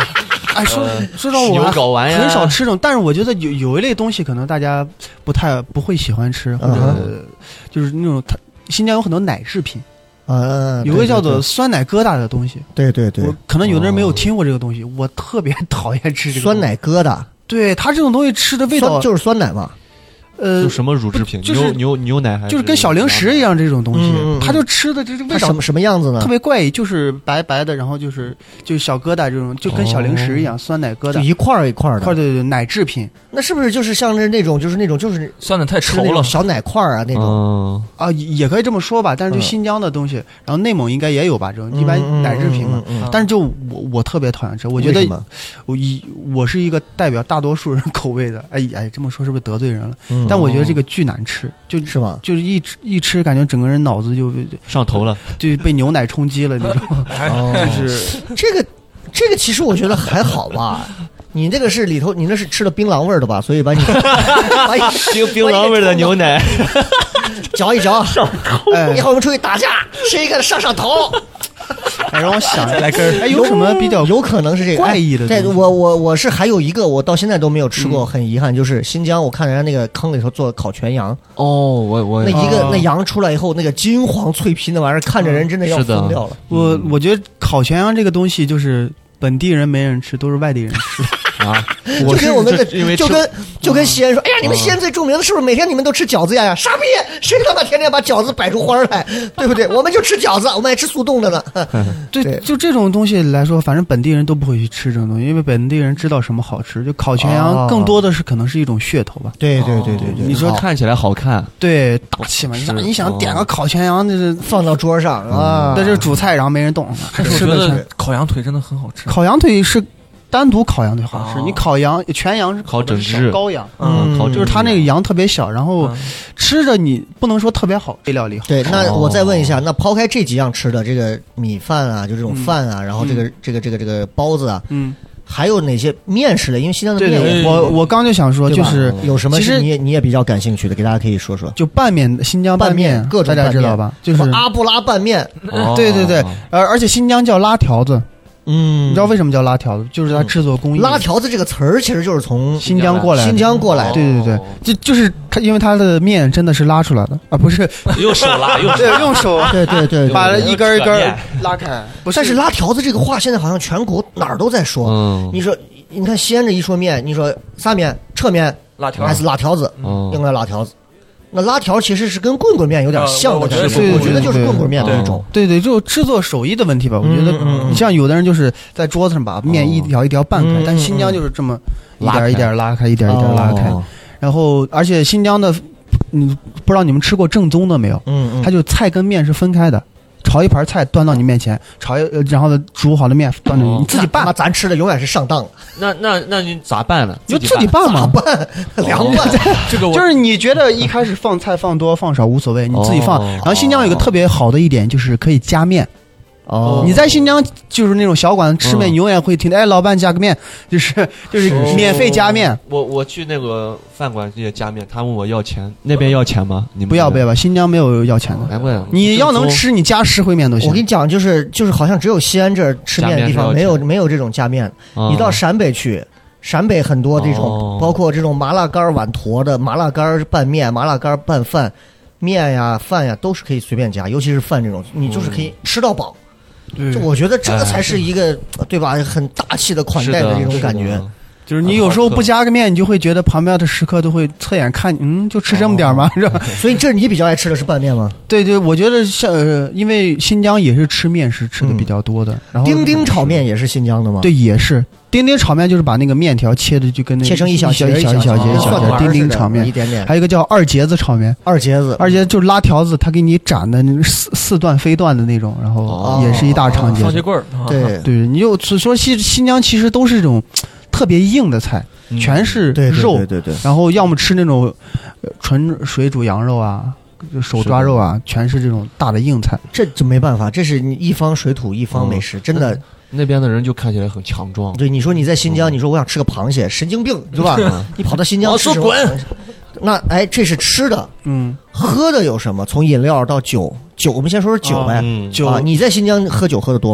哎，说说到我牛睾丸呀很少吃这种，但是我觉得有有一类东西可能大家不太不会喜欢吃，或者、嗯、就是那种它新疆有很多奶制品。 啊， 有个叫做酸奶疙瘩的东西， 对对对， 我可能有的人没有听过这个东西，哦、我特别讨厌吃这个酸奶疙瘩。 对它这种东西吃的味道就是酸奶嘛， 呃， 就什么乳制品， 就是牛牛牛奶还是就是跟小零食一样这种东西， 嗯、 它就吃的这个味道什么什么样子呢？ 特别怪异，就是白白的，然后就是就是小疙瘩这种，就跟小零食一样，哦、酸奶疙瘩， 就一块一块的， 块对对对，奶制品。 那是不是就是像是那种就是那种就是酸的太稠了， 小奶块啊那种、 嗯、 啊，也可以这么说吧。但是就新疆的东西，嗯、然后内蒙应该也有吧，这种一般奶制品嘛。 嗯嗯嗯嗯、 但是就我我特别讨厌吃，我觉得我一我是一个代表大多数人口味的。哎哎，这么说是不是得罪人了？ 嗯、 但我觉得这个巨难吃，就是吗？ 就是一吃一吃，感觉整个人脑子就上头了， 就被牛奶冲击了那种。 哦、 就是这个这个其实我觉得还好吧。你这个是里头，你那是吃了槟榔味儿的吧？所以把你把你冰槟榔味的牛奶嚼一嚼，哎，一会儿我们出去打架，谁给他上上头？ 哎，让我想来根，哎，有什么比较有可能是这个怪异的？ 对，我我我是还有一个，我到现在都没有吃过，嗯、很遗憾，就是新疆，我看人家那个坑里头做烤全羊。 哦，我我那一个、哦、那羊出来以后，那个金黄脆皮那玩意儿，看着人真的要疯掉了。 我我觉得烤全羊这个东西就是本地人没人吃，都是外地人吃。 啊， 就跟我们的就跟就跟西安说，哎呀，你们西安最著名的是不是每天你们都吃饺子呀？呀，傻逼，谁他妈天天把饺子摆出花来，对不对？我们就吃饺子，我们爱吃速冻的呢。 对，就这种东西来说，反正本地人都不会去吃这种东西，因为本地人知道什么好吃。就烤全羊更多的是可能是一种噱头吧。 对对对对对， 你说看起来好看， 对，大气嘛。你想点个烤全羊，就是放到桌上啊， 在这主菜，然后没人动。 我觉得烤羊腿真的很好吃。 烤羊腿是。单独烤羊腿好吃，哦、你烤羊全羊是烤整只羔羊， 嗯，烤就是它那个羊特别小，然后吃着你不能说特别好，料理好。 对，那我再问一下，那抛开这几样吃的，这个米饭啊，就这种饭啊，嗯、然后这个、嗯、这个这个这个包子啊， 嗯， 还有哪些面食类？因为新疆的面， 对我我刚就想说，就是有什么是你也你也比较感兴趣的，给大家可以说说。 就拌面，新疆拌面， 各种大家知道吧？就是阿布拉拌面， 哦、对对对，而而且新疆叫拉条子。 嗯， 你知道为什么叫拉条子？就是它制作工艺。 拉条子这个词儿其实就是从新疆过来， 新疆过来的。 对对对，就就是它，因为它的面真的是拉出来的啊，不是用手拉，用对用手， 对对对， 把一根一根拉开。 但是拉条子这个话现在好像全国哪儿都在说。 嗯， 你说，你看西安这一说面，你说啥面？扯面、 拉条还是拉条子？ 嗯， 应该拉条子。那拉条其实是跟棍棍面有点像的， 我觉得我觉得就是棍棍面的一种。 对对，就制作手艺的问题吧。我觉得你像有的人就是在桌子上把面一条一条拌开，但新疆就是这么一点一点拉开，一点一点拉开。然后，而且新疆的，你不知道你们吃过正宗的没有？ 嗯嗯， 它就菜跟面是分开的。炒一盘菜端到你面前，炒一然后煮好的面端到你，你自己拌。 那咱吃的永远是上当了。 那那那你咋办呢？ 就自己拌嘛， 拌凉拌。 这个就是你觉得一开始放菜放多放少无所谓，你自己放。然后新疆有一个特别好的一点就是可以加面。 哦， 你在新疆就是那种小馆子吃面，你永远会听哎，老板加个面，就是就是免费加面。 我我去那个饭馆也加面，他问我要钱，那边要钱吗？你们不要不要吧，新疆没有要钱的。 难怪你要能吃，你加十回面都行。 我跟你讲，就是就是好像只有西安这儿吃面的地方没有没有这种加面。你到陕北去。陕北很多这种， 哦、 包括这种麻辣干碗坨的、麻辣干拌面、麻辣干拌饭、面呀、饭呀，都是可以随便加，尤其是饭这种，你就是可以吃到饱。 嗯、 就我觉得这才是一个、哎、对吧，很大气的款待的这种感觉。 就是你有时候不加个面，你就会觉得旁边的食客都会侧眼看你，嗯，就吃这么点吗？是吧？ 所以这你比较爱吃的是拌面吗？ 对对，我觉得像、呃，因为新疆也是吃面食吃的比较多的。嗯、然后丁丁炒面也是新疆的吗？ 对，也是。丁丁炒面就是把那个面条切的就跟那切成一小节一小节一小节一小节，丁丁炒面一点点。 还有一个叫二节子炒面， 二节子， 二节子就是拉条子，他给你斩的那四四段飞段的那种，然后也是一大长节。 双节棍儿， 对对，你就说新新疆其实都是这种特别硬的菜。全是肉， 对对对， 然后要么吃那种纯水煮羊肉啊，手抓肉啊，全是这种大的硬菜。 这就没办法，这是你一方水土一方美食，真的。 那边的人就看起来很强壮。 对，你说你在新疆，你说我想吃个螃蟹，神经病对吧？你跑到新疆吃什么？滚！那哎，这是吃的， 嗯， 喝的有什么？从饮料到酒，酒我们先说说酒呗。 酒啊，你在新疆喝酒喝的多吗？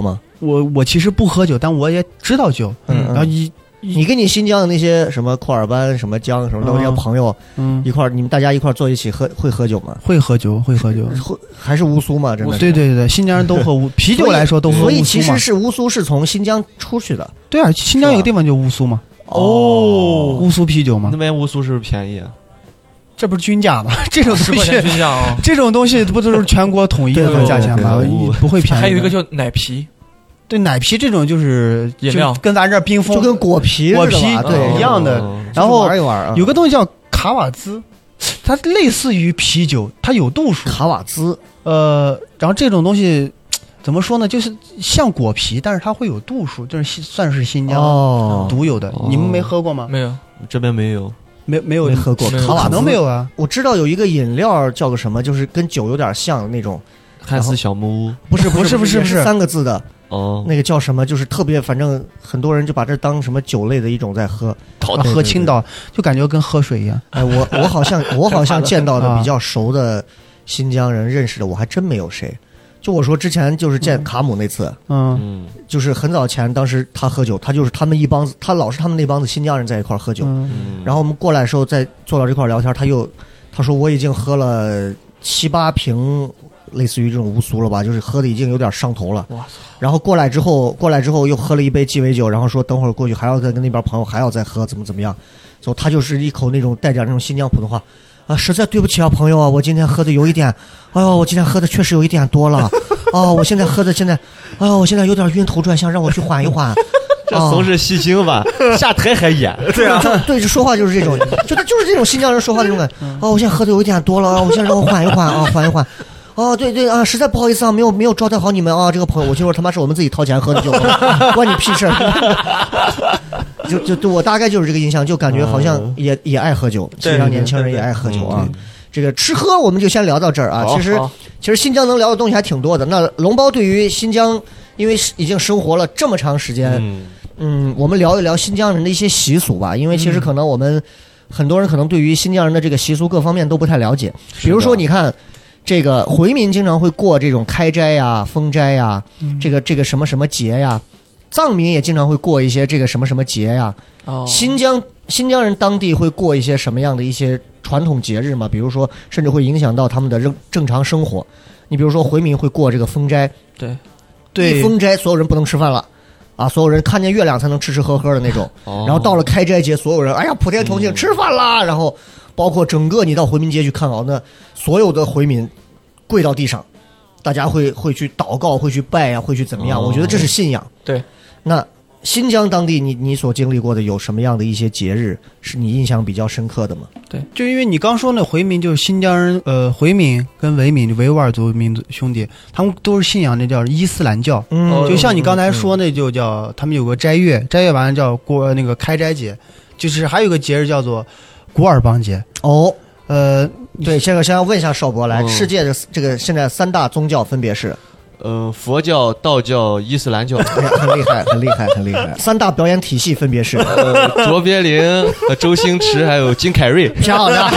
我我其实不喝酒，但我也知道酒， 嗯， 然后一。 你跟你新疆的那些什么库尔班、什么江什么的那些朋友，嗯，一块儿，你们大家一块儿坐一起喝，会喝酒吗？ 会喝酒，会喝酒， 会还是乌苏吗？真的？ 对对对，新疆人都喝乌啤酒来说都喝乌苏嘛。 所以其实是乌苏是从新疆出去的。 对啊，新疆有个地方就乌苏嘛。 哦， 乌苏啤酒嘛。 那边乌苏是不是便宜啊？ 这不是均价吗？这种十块钱均价啊， 这种东西不都是全国统一的价钱吗？不会便宜。 还有一个叫奶啤。 对奶啤这种就是饮料， 跟咱这冰封就跟果啤果啤对一样的。然后玩一玩， 有个东西叫卡瓦兹，它类似于啤酒，它有度数。 卡瓦兹， 呃，然后这种东西怎么说呢？就是像果啤，但是它会有度数，就是算是新疆独有的。你们没喝过吗？ 没有， 这边没有， 没没有没喝过。卡瓦兹可能没有啊。 我知道有一个饮料叫个什么，就是跟酒有点像那种。 汉斯小木屋？ 不是不是不是不是三个字的。 哦， 那个叫什么？就是特别，反正很多人就把这当什么酒类的一种在喝， 喝青岛就感觉跟喝水一样。 哎，我我好像我好像见到的比较熟的新疆人认识的，我还真没有谁。就我说之前就是见卡姆那次，嗯，就是很早前，当时他喝酒，他就是他们一帮子，他老是他们那帮子新疆人在一块喝酒，嗯，然后我们过来的时候，再坐到这块聊天，他又他说我已经喝了七八瓶。类似于这种乌苏了吧，就是喝的已经有点上头了。然后过来之后，过来之后又喝了一杯鸡尾酒，然后说等会儿过去还要再跟那边朋友还要再喝，怎么怎么样。所以他就是一口那种带点那种新疆普通话啊，实在对不起啊，朋友啊，我今天喝的有一点，哎呦，我今天喝的确实有一点多了啊，我现在喝的现在，哎呦，我现在有点晕头转向，让我去缓一缓。 这总是细心吧，下台还演。 对啊，对，这说话就是这种，就他就是这种新疆人说话那种感觉。哦，我现在喝的有一点多了啊，我现在让我缓一缓啊，缓一缓。哦，对对啊，实在不好意思啊，没有没有招待好你们啊，这个朋友，我就说他妈是我们自己掏钱喝的酒，关你屁事。就就就我大概就是这个印象，就感觉好像也、嗯、也爱喝酒，实际上年轻人也爱喝酒啊。嗯、这个吃喝我们就先聊到这儿啊。其实其实新疆能聊的东西还挺多的。那龙包对于新疆，因为已经生活了这么长时间，嗯，嗯我们聊一聊新疆人的一些习俗吧，因为其实可能我们很多人可能对于新疆人的这个习俗各方面都不太了解，比如说你看。这个回民经常会过这种开斋呀、封斋呀，嗯、这个这个什么什么节呀，藏民也经常会过一些这个什么什么节呀。哦，新疆新疆人当地会过一些什么样的一些传统节日嘛？比如说，甚至会影响到他们的正正常生活。你比如说，回民会过这个封斋， 对， 对，一封斋所有人不能吃饭了。啊，所有人看见月亮才能吃吃喝喝的那种。哦、然后到了开斋节，所有人哎呀普天同庆、嗯、吃饭啦，然后。包括整个你到回民街去看啊，那所有的回民跪到地上，大家会会去祷告，会去拜啊，会去怎么样？哦、我觉得这是信仰。 对， 那新疆当地你你所经历过的有什么样的一些节日是你印象比较深刻的吗？ 对，就因为你刚说那回民就是新疆人，呃，回民跟维民维吾尔族民族兄弟，他们都是信仰那叫伊斯兰教。嗯，就像你刚才说那就叫、嗯、他们有个斋月，斋月完了叫过那个开斋节，就是还有个节日叫做。古尔邦节哦，呃，对，现在先要问一下邵博来，嗯、世界的这个现在三大宗教分别是， 呃，佛教、道教、伊斯兰教， 很厉害，很厉害，很厉害。三大表演体系分别是， 呃，卓别林、周星驰还有金凯瑞， 漂亮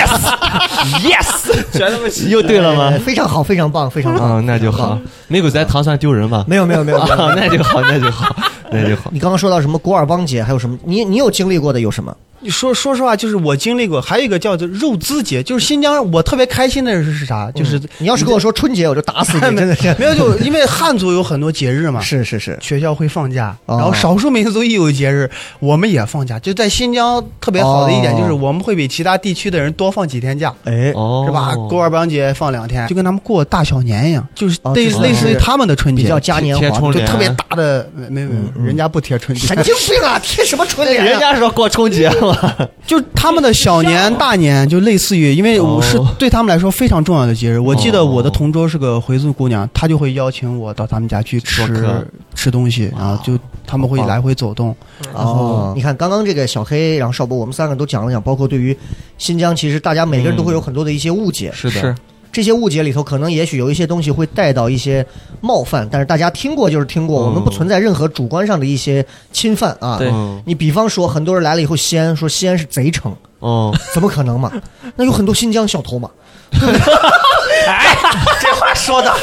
，yes，yes， 全那么齐， 又对了吗？ 非常好，非常棒，非常棒， 嗯，那就好。没有在唐山丢人吧？ 没有，没有，没有， 啊，那就好，那就好，那就好。 你刚刚说到什么古尔邦节，还有什么？你你有经历过的有什么？ 你说说实话，就是我经历过，还有一个叫做肉孜节，就是新疆我特别开心的是是啥？就是、嗯、 你要是跟我说春节，我就打死你，真的是没有，就因为汉族有很多节日嘛， 是是是， 学校会放假，哦、然后少数民族一有节日，我们也放假。就在新疆特别好的一点就是我们会比其他地区的人多放几天假，哎，哦，是吧？古尔邦节放两天，就跟他们过大小年一样，就是类、哦、类似于他们的春节， 比较嘉年华， 就特别大的，没没、嗯，人家不贴春节， 神经病啊，贴什么春节、啊？ 人家说过春节嘛， 就。他们的小年大年就类似于，因为我是对他们来说非常重要的节日。我记得我的同桌是个回族姑娘，她就会邀请我到他们家去吃吃东西，然后就他们会来回走动。 哦，你看刚刚这个小黑，然后邵博，我们三个都讲了讲，包括对于新疆，其实大家每个人都会有很多的一些误解。 是的。 这些误解里头，可能也许有一些东西会带到一些冒犯，但是大家听过就是听过，嗯、我们不存在任何主观上的一些侵犯啊。 对， 你比方说，很多人来了以后，西安说西安是贼城， 哦， 怎么可能嘛？那有很多新疆小偷嘛。 哎，这话说的，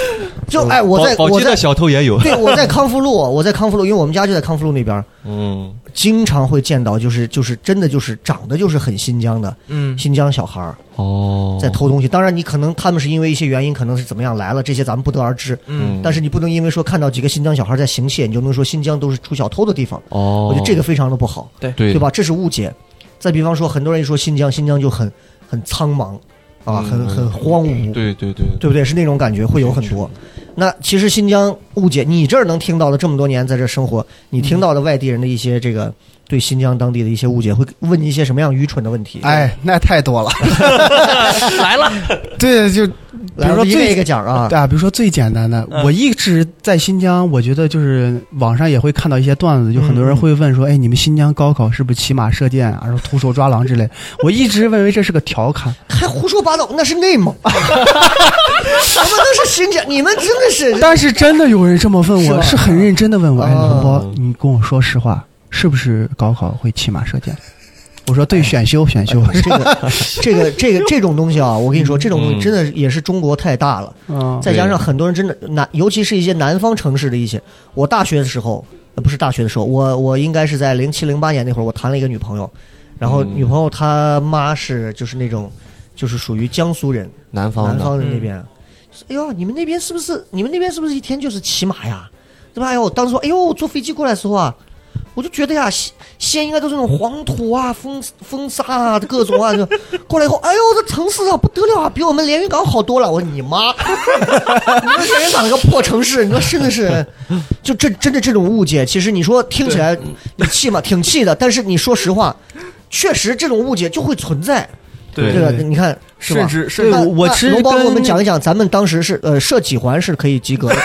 就哎，我在宝鸡的小偷也有， 对，我在康复路，我在康复路，因为我们家就在康复路那边，嗯，经常会见到，就是就是真的就是长得就是很新疆的，嗯，新疆小孩儿哦，在偷东西。当然，你可能他们是因为一些原因，可能是怎么样来了，这些咱们不得而知，嗯，但是你不能因为说看到几个新疆小孩在行窃，你就能说新疆都是出小偷的地方，哦，我觉得这个非常的不好， 对对对吧？这是误解。再比方说，很多人一说新疆，新疆就很很苍茫。啊，很很荒芜， 对对对， 对不对？是那种感觉，会有很多。那其实新疆误解，你这儿能听到的这么多年在这生活，你听到的外地人的一些这个对新疆当地的一些误解，会问你一些什么样愚蠢的问题？ 哎，那太多了， 来了。 对，就比如说一个一个讲啊， 对啊，比如说最简单的，嗯、我一直在新疆，我觉得就是网上也会看到一些段子，就很多人会问说，哎，你们新疆高考是不是骑马射箭啊，然后徒手抓狼之类？我一直认为这是个调侃， 还胡说八道，那是内蒙，我们那是新疆，你们真的是。 但是真的有人这么问我，是, 是很认真的问我，哎，龙波，你跟我说实话，是不是高考会骑马射箭？我说对，选修选修， 这个这个这个这种东西啊，我跟你说，这种东西真的也是中国太大了，嗯，再加上很多人真的南，尤其是一些南方城市的一些，我大学的时候，不是大学的时候，我我应该是在零七零八年那会儿，我谈了一个女朋友，然后女朋友她妈是就是那种就是属于江苏人， 南方南方的那边，哎呦，你们那边是不是你们那边是不是一天就是骑马呀？对吧？哎呦，当时说，哎呦，坐飞机过来的时候啊。我就觉得呀，西西安应该都是那种黄土啊、风风沙啊、各种啊，就过来以后，哎呦，这城市啊不得了啊，比我们连云港好多了。我说你妈，你说连云港那个破城市，你说真的是，就这真的这种误解，其实你说听起来你气嘛，挺气的，但是你说实话，确实这种误解就会存在。 对这个你看， 甚至甚至我其实能帮我们讲一讲，咱们当时是呃射几环是可以及格的。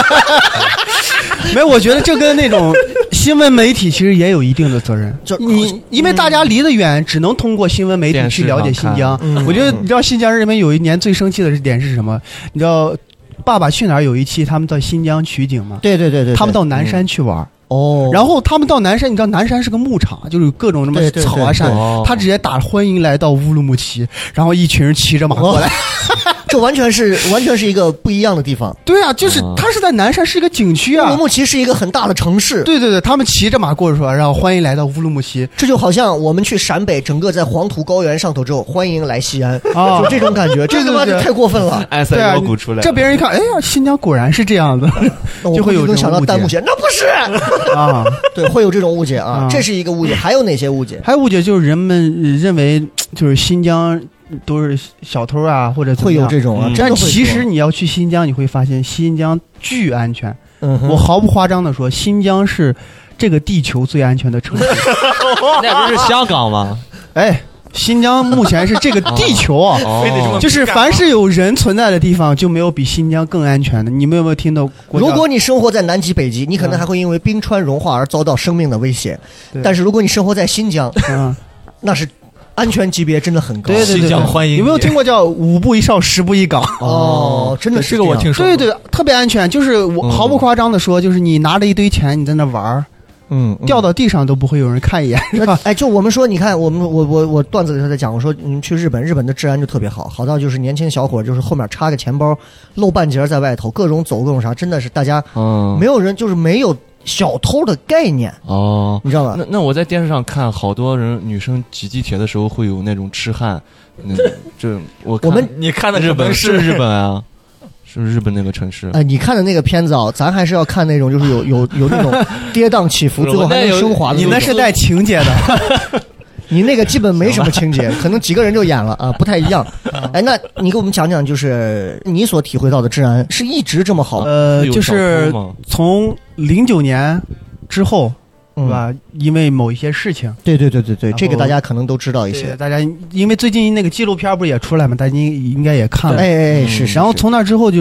没有，我觉得这跟那种新闻媒体其实也有一定的责任。就你因为大家离得远，只能通过新闻媒体去了解新疆。嗯、我觉得你知道新疆人民有一年最生气的点是什么？你知道《爸爸去哪儿》有一期他们到新疆取景吗？ 对对对 对, 对， 他们到南山去玩。嗯哦， 然后他们到南山，你知道南山是个牧场，就是有各种什么草啊山，他直接打欢迎来到乌鲁木齐，然后一群人骑着马过来。哦这完全是完全是一个不一样的地方。 对啊，就是它是在南山，是一个景区啊。 乌鲁木齐是一个很大的城市。 对对对，他们骑着马过去，然后欢迎来到乌鲁木齐。 这就好像我们去陕北，整个在黄土高原上头之后，欢迎来西安，啊、就这种感觉。这他妈的太过分了！ 埃塞俄古出来， 这别人一看，哎呀，新疆果然是这样子，就会有这种想到弹幕写，那不是啊？对，会有这种误解啊，这是一个误解。还有哪些误解？ 还有误解就是人们认为就是新疆。都是小偷啊，或者会有这种啊。 但其实你要去新疆，你会发现新疆巨安全。嗯，我毫不夸张的说，新疆是这个地球最安全的城市。 那不是香港吗？ 哎，新疆目前是这个地球啊，哦、就是凡是有人存在的地方，就没有比新疆更安全的。你们有没有听到过？ 如果你生活在南极、北极，你可能还会因为冰川融化而遭到生命的威胁。嗯、但是如果你生活在新疆，嗯，那是。安全级别真的很高， 对对对， 新疆欢迎。 有没有听过叫五步一哨，十步一岗？ 哦，真的是这个我听说。 对对，特别安全。就是我毫不夸张的说，就是你拿着一堆钱，你在那玩，嗯，掉到地上都不会有人看一眼，是吧？ 哎，就我们说，你看，我们我我我段子里头在讲，我说你们去日本，日本的治安就特别好，好到就是年轻小伙就是后面插个钱包，露半截在外头，各种走各种啥，真的是大家，嗯，没有人就是没有。小偷的概念哦，你知道吧？ 那那我在电视上看，好多人女生挤地铁的时候会有那种痴汉，那这我我们你看的日本是日本啊，是日本那个城市。 哎、呃，你看的那个片子啊，咱还是要看那种就是有有有那种跌宕起伏，最后还能升华的。 你那是带情节的。 你那个基本没什么情节，可能几个人就演了啊，不太一样。哎，那你给我们讲讲，就是你所体会到的治安是一直这么好？ 呃，就是从零九年之后，是吧？嗯、因为某一些事情， 对对对对对，这个大家可能都知道一些。 大家因为最近那个纪录片不是也出来嘛，大家应该也看了。 哎哎哎，是是。 然后从那之后就是。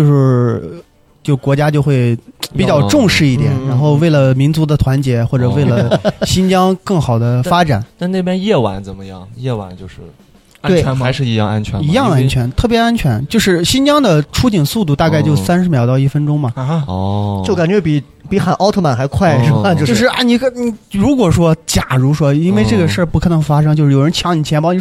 就国家就会比较重视一点，哦、然后为了民族的团结，或者为了新疆更好的发展。 但那边夜晚怎么样？夜晚就是安全吗？还是一样安全吗？ 一样安全，特别安全。就是新疆的出警速度大概就三十秒到一分钟嘛。 啊哦，就感觉比比喊奥特曼还快，哦、是吧？就是就是啊，你你如果说，假如说，因为这个事儿不可能发生，就是有人抢你钱包，你说。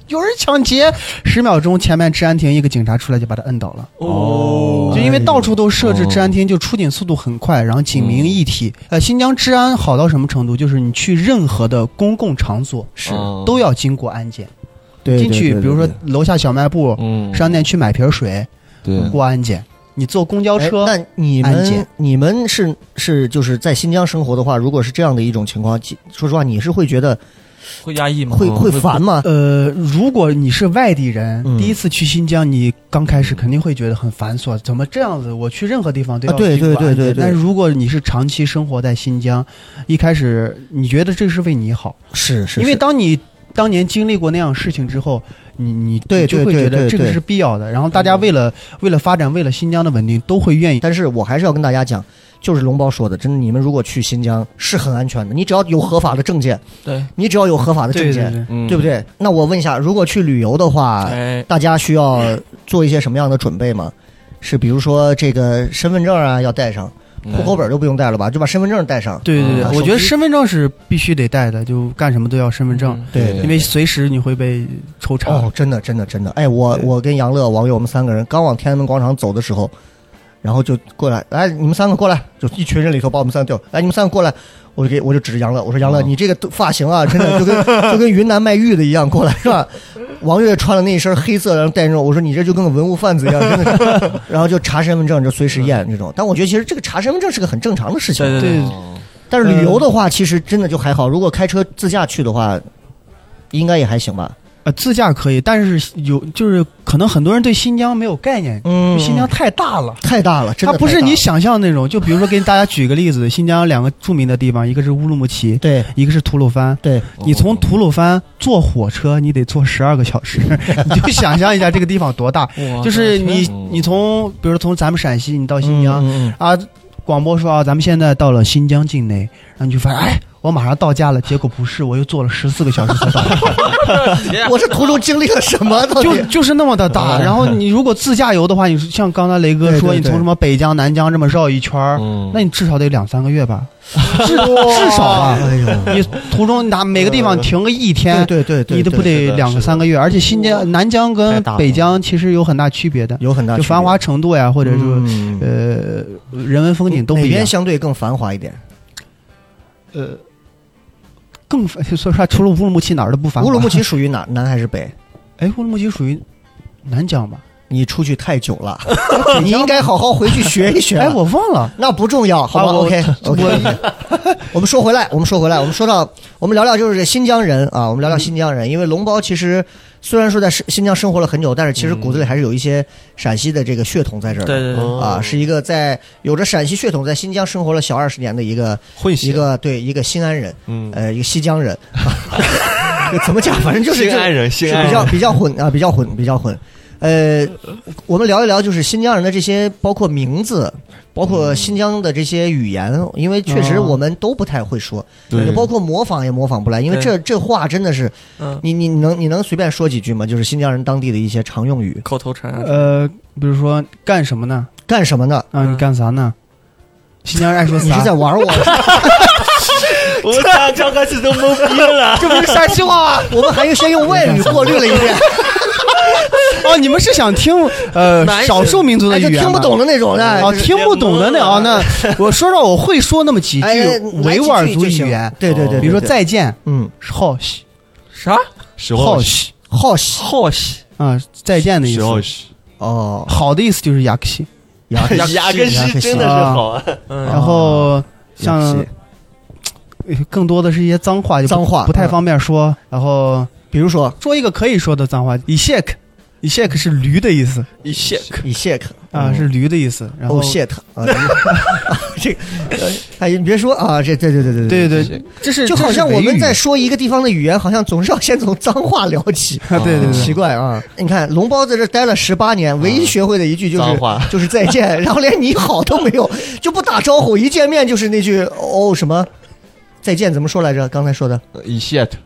有人抢劫，十秒钟前面治安亭一个警察出来就把他摁倒了。 哦， 就因为到处都设置治安厅，就出警速度很快，然后警民一体。呃，新疆治安好到什么程度？就是你去任何的公共场所是都要经过安检。 对， 进去，比如说楼下小卖部、 嗯， 商店去买瓶水， 对， 过安检。你坐公交车， 那你们你们是是就是在新疆生活的话，如果是这样的一种情况，说实话，你是会觉得会压抑吗？ 会会烦吗？ 呃，如果你是外地人， 嗯、 第一次去新疆，你刚开始肯定会觉得很繁琐，怎么这样子？我去任何地方都要对对对对对。 但是如果你是长期生活在新疆，一开始你觉得这是为你好， 是是， 因为当你当年经历过那样事情之后，你你对就会觉得这个是必要的。然后大家为了为了发展，为了新疆的稳定，都会愿意。 但是我还是要跟大家讲，就是龙包说的，真的，你们如果去新疆是很安全的，你只要有合法的证件， 对， 你只要有合法的证件， 对, 对, 对, 对不对？那我问一下，如果去旅游的话， 哎、 大家需要做一些什么样的准备吗？是比如说这个身份证啊要带上。户口本都不用带了吧，就把身份证带上。 对对对、嗯，我觉得身份证是必须得带的，就干什么都要身份证。 嗯、对, 对, 对， 因为随时你会被抽查。 哦，真的真的真的。哎，我我跟杨乐、王悦我们三个人刚往天安门广场走的时候，然后就过来，来你们三个过来，就一群人里头把我们三个调，来你们三个过来，我就给我就指着杨乐，我说杨乐，哦、你这个发型啊，真的就跟就跟云南卖玉的一样，过来是吧？王悦穿了那一身黑色，然后戴那种，我说你这就跟个文物贩子一样，真的是。然后就查身份证，就随时验这种。但我觉得其实这个查身份证是个很正常的事情。 对对对。 但是旅游的话，其实真的就还好。如果开车自驾去的话，应该也还行吧。 呃，自驾可以，但是有就是可能很多人对新疆没有概念，嗯，新疆太大了， 太大了，真的它不是你想象那种。就比如说给大家举个例子，新疆两个著名的地方，一个是乌鲁木齐， 对， 一个是吐鲁番， 对。 你从吐鲁番坐火车，你得坐十二个小时，你就想象一下这个地方多大。就是你你从比如说从咱们陕西，你到新疆、 嗯嗯、 啊，广播说啊，咱们现在到了新疆境内，然后你就发现哎。我马上到家了，结果不是，我又坐了十四个小时才到。 我这途中经历了什么？ 就就是那么的大。然后你如果自驾游的话，你像刚才雷哥说，你从什么北疆、南疆这么绕一圈，嗯、那你至少得两三个月吧，至至少吧。哎呦，你途中拿每个地方停个一天， 对对 对, 对， 你都不得两个三个月。而且新疆、南疆跟北疆其实有很大区别的， 有很大区别， 就繁华程度呀，或者是、嗯、呃人文风景都不一样。 哪边相对更繁华一点？ 呃。更说实话，除了乌鲁木齐哪儿都不繁华。 乌鲁木齐属于哪？南还是北？ 哎，乌鲁木齐属于南疆吧？ 你出去太久了，你应该好好回去学一学。 哎，我忘了， 那不重要，好吧 ？OK OK。我们说回来，我们说回来，我们说到，我们聊聊就是新疆人啊，我们聊聊新疆人，因为龙包其实虽然说在新疆生活了很久，但是其实骨子里还是有一些陕西的这个血统在这儿的。 对对对。 啊，是一个在有着陕西血统在新疆生活了小二十年的一个混血， 一个对一个新安人，嗯，呃，一个西疆人。怎么讲？反正就是新安人，新安人比较比较混啊，比较混，比较混。呃，我们聊一聊，就是新疆人的这些，包括名字，包括新疆的这些语言，因为确实我们都不太会说，也包括模仿也模仿不来，因为这这话真的是，你你能你能随便说几句吗？就是新疆人当地的一些常用语， 口头禅。 呃，比如说干什么呢？ 干什么呢？ 啊，你干啥呢？新疆人爱说啥？ 你是在玩我？ 我们刚刚开始都懵逼了， 这不是陕西话吗？我们还用先用外语过滤了一遍。 哦，你们是想听呃少数民族的语言吗？ 听不懂的那种的。 哦，听不懂的那哦，那我说说我会说那么几句维吾尔族语言。 对对对， 比如说再见， 嗯， 好西啥？ 好西好西好西啊，再见的意思。 哦， 好的意思就是雅克西， 雅克西真的是好啊。 然后像更多的是一些脏话， 脏话不太方便说。然后比如说说一个可以说的脏话，以谢克。以谢克是驴的意思， 以谢克以谢克啊是驴的意思，然后谢特啊，这哎你别说啊，这对对对对对对对，这是就好像我们在说一个地方的语言，好像总是要先从脏话聊起， 对对， 奇怪啊！你看龙包在这待了十八年，唯一学会的一句就是就是再见，然后连你好都没有，就不打招呼，一见面就是那句哦什么再见怎么说来着？刚才说的以谢特。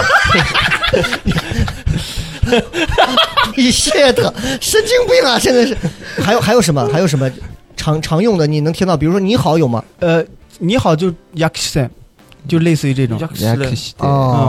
你谢的神经病啊！真的是，还有还有什么？还有什么常常用的？你能听到？比如说你好有吗？ 呃，你好就 yaksem， 就类似于这种。 哦，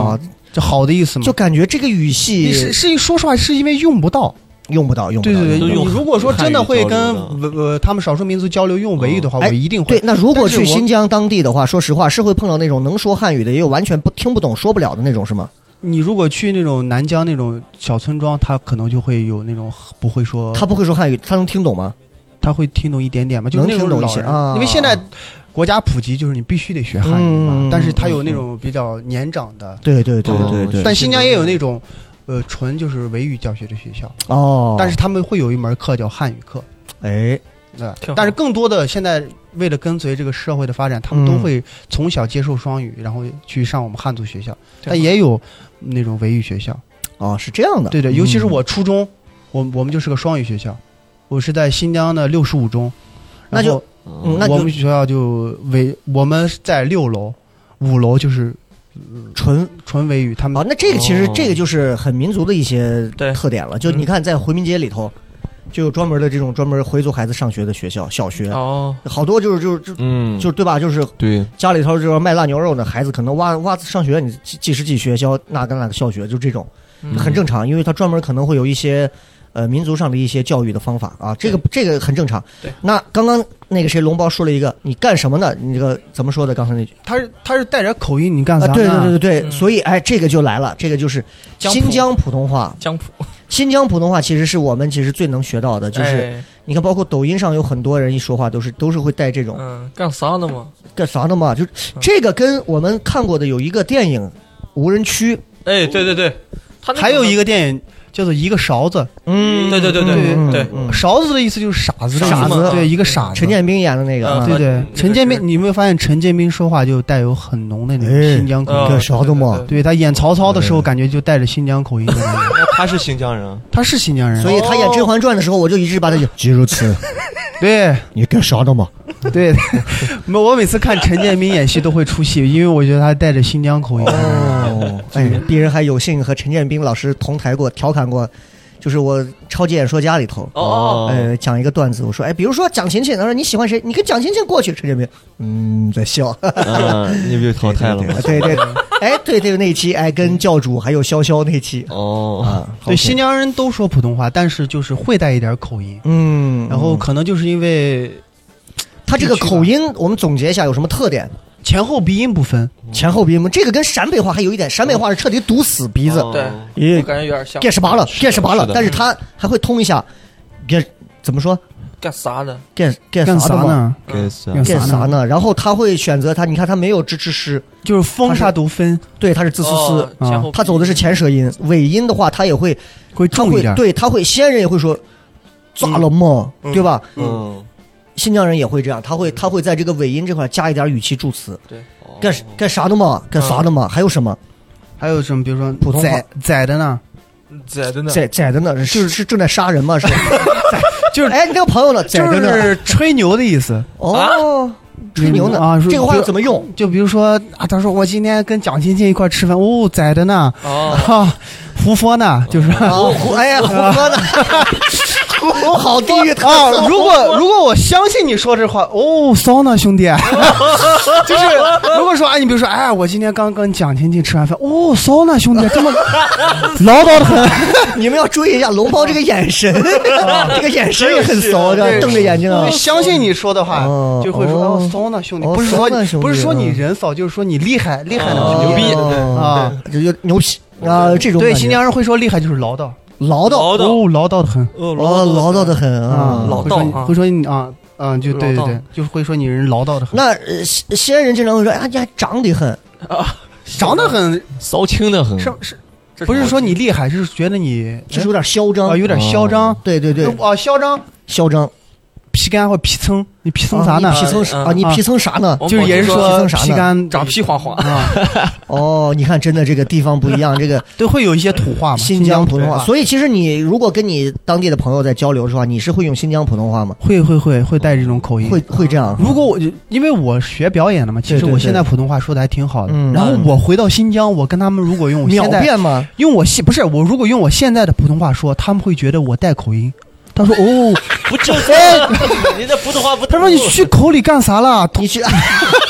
这好的意思吗？ 就感觉这个语系是是说实话，是因为用不到。 用不到，用不到。 对对对， 用你如果说真的会跟呃他们少数民族交流用维语的话，我一定会。 对，那如果去新疆当地的话，说实话是会碰到那种能说汉语的，也有完全不听不懂、说不了的那种，是吗？ 你如果去那种南疆那种小村庄，他可能就会有那种不会说， 他不会说汉语，他能听懂吗？ 他会听懂一点点嘛，就是能听懂一些啊。 因为现在国家普及，就是你必须得学汉语嘛，但是他有那种比较年长的， 对对对对对。 但新疆也有那种。呃，纯就是维语教学的学校哦， 但是他们会有一门课叫汉语课， 哎， 对，但是更多的现在为了跟随这个社会的发展，他们都会从小接受双语，然后去上我们汉族学校，但也有那种维语学校。 哦，是这样的， 对对，尤其是我初中，我我们就是个双语学校，我是在新疆的六十五中， 那就， 嗯，那我们学校就维，我们在六楼，五楼就是。 纯纯维语，他们啊，那这个其实这个就是很民族的一些特点了。就你看，在回民街里头，就有专门的这种专门回族孩子上学的学校，小学哦，好多就是就是就嗯，就对吧？就是对家里头就是卖腊牛肉的孩子，可能哇哇上学，你几十几学校哪个哪个校学，就这种很正常，因为他专门可能会有一些。呃，民族上的一些教育的方法啊，这个这个很正常。对，那刚刚那个谁龙包说了一个，你干什么呢？你这个怎么说的？刚才那句， 他是他是带着口音，你干啥呢？ 对对对对对，嗯、所以哎，这个就来了，这个就是新疆普通话。 江普， 新疆普通话其实是我们其实最能学到的，就是、哎、你看，包括抖音上有很多人一说话都是都是会带这种， 嗯，干啥呢嘛？ 干啥呢嘛？就是这个跟我们看过的有一个电影《无人区》， 哎，对对对， 他还有一个电影。叫做一个勺子， 嗯，对对对对对， 勺子的意思就是傻子的傻子， 对，一个傻子。 陈建斌演的那个， 对对，陈建斌，你有没有发现陈建斌说话就带有很浓的那种新疆口音？ 干啥的嘛？ 对他演曹操的时候，感觉就带着新疆口音。 他是新疆人， 他是新疆人， 所以他演《甄嬛传》的时候，我就一直把他就即如此。 对， 你干啥的嘛？ 对，我每次看陈建斌演戏都会出戏，因为我觉得他带着新疆口音。 哦，哎，鄙人还有幸和陈建斌老师同台过，调侃过。就是我超级演说家里头，哦，呃，讲一个段子，我说，哎，比如说蒋勤勤，他说你喜欢谁？你跟蒋勤勤过去，陈建斌，嗯，在笑， 嗯，你被淘汰了吗？ 对对，哎，对对，那期，哎，跟教主还有潇潇那期， 哦， 啊， 对，新疆人都说普通话，但是就是会带一点口音， 嗯， 然后可能就是因为他这个口音，我们总结一下有什么特点？ 前后鼻音不分， 前后鼻音，这个跟陕北话还有一点，陕北话是彻底堵死鼻子， 对， 也我感觉有点像。 干什么了？干什么了？但是他还会通一下，干怎么说？ 干啥呢？ 干干啥呢？干啥干啥呢？然后他会选择他，你看他没有支支诗， 就是风他读分， 对，他是字丝丝，他走的是前舌音，尾音的话他也会会重一点， 对，他会西安人也会说咋了嘛，对吧？ 嗯。 新疆人也会这样，他会他会在这个尾音这块加一点语气助词。 对， 干干啥的嘛？干啥的嘛？还有什么？ 还有什么？比如说普通话宰的呢？ 宰的呢？ 宰宰的呢？就是是正在杀人吗？是？就是哎，你这个朋友呢？宰的呢？ 就是吹牛的意思。 哦，吹牛呢？啊，这个话怎么用？ 就比如说啊，他说我今天跟蒋勤勤一块吃饭，哦，宰的呢？哦，哈，胡佛呢？就是哦，哎呀，胡佛呢？我好地狱啊！如果如果我相信你说这话，哦，骚呢，兄弟，就是如果说啊，你比如说，哎，我今天刚跟蒋勤勤吃完饭，哦，骚呢，兄弟，这么唠叨的很。 你们要注意一下龙包这个眼神，这个眼神也很骚，这瞪着眼睛啊。 相信你说的话，就会说哦，骚呢，兄弟，不是说不是说你人骚，就是说你厉害，厉害呢， 牛逼啊， 就牛皮啊，这种对新疆人会说厉害就是唠叨。 唠叨哦，唠叨的很哦，唠叨的很啊， 唠叨会说你啊啊，就对对对，就会说你人唠叨的很。 那西西安人经常会说，哎呀，长得很啊，长得很骚轻的很， 是是，不是说你厉害，是觉得你就是有点嚣张啊，有点嚣张。 对对对， 啊，嚣张， 嚣张。 皮干或皮蹭，你皮蹭啥呢？ 皮蹭啊，你皮蹭啥呢？ 就是也是说皮干长皮花花啊。哦，你看，真的这个地方不一样，这个都会有一些土话嘛， 新疆普通话。所以其实你如果跟你当地的朋友在交流的话，你是会用新疆普通话吗？ 会会会会带这种口音， 会会这样。 如果我因为我学表演的嘛，其实我现在普通话说的还挺好的。然后我回到新疆，我跟他们如果用秒变吗？ 用我现不是我如果用我现在的普通话说，他们会觉得我带口音。他说：“哦， 不就是你的普通话不？” 他说：“你去口里干啥了？ 你去，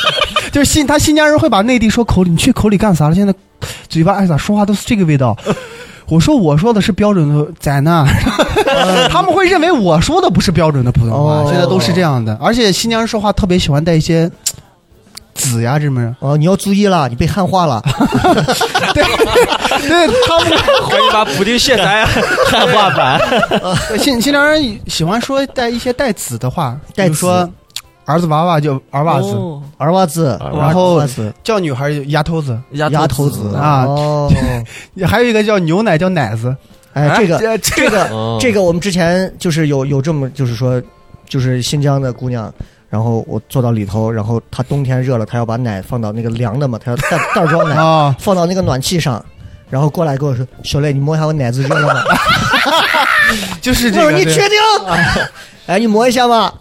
就是新他新疆人会把内地说口里，你去口里干啥了？现在嘴巴哎咋说话都是这个味道。我说我说的是标准的在那，他们会认为我说的不是标准的普通话，现在都是这样的。而且新疆人说话特别喜欢带一些子呀，这么哦，你要注意了，你被汉化了。 对对，他们可以把补丁卸载汉化版。 新新疆人喜欢说带一些带子的话， 带比如说儿子娃娃叫儿娃子， 哦、 儿娃子， 然后叫女孩丫头子， 丫头子啊。 哦， 还有一个叫牛奶叫奶子。 哎，这个这这个、哦、这个我们之前就是有有这么就是说，就是新疆的姑娘。然后我坐到里头，然后她冬天热了，她要把奶放到那个凉的嘛，她要袋袋装奶、哦、放到那个暖气上，然后过来跟我说：“小磊，你摸一下我奶子热了吗？” 就是这个。 我说你确定？哎，你摸一下嘛。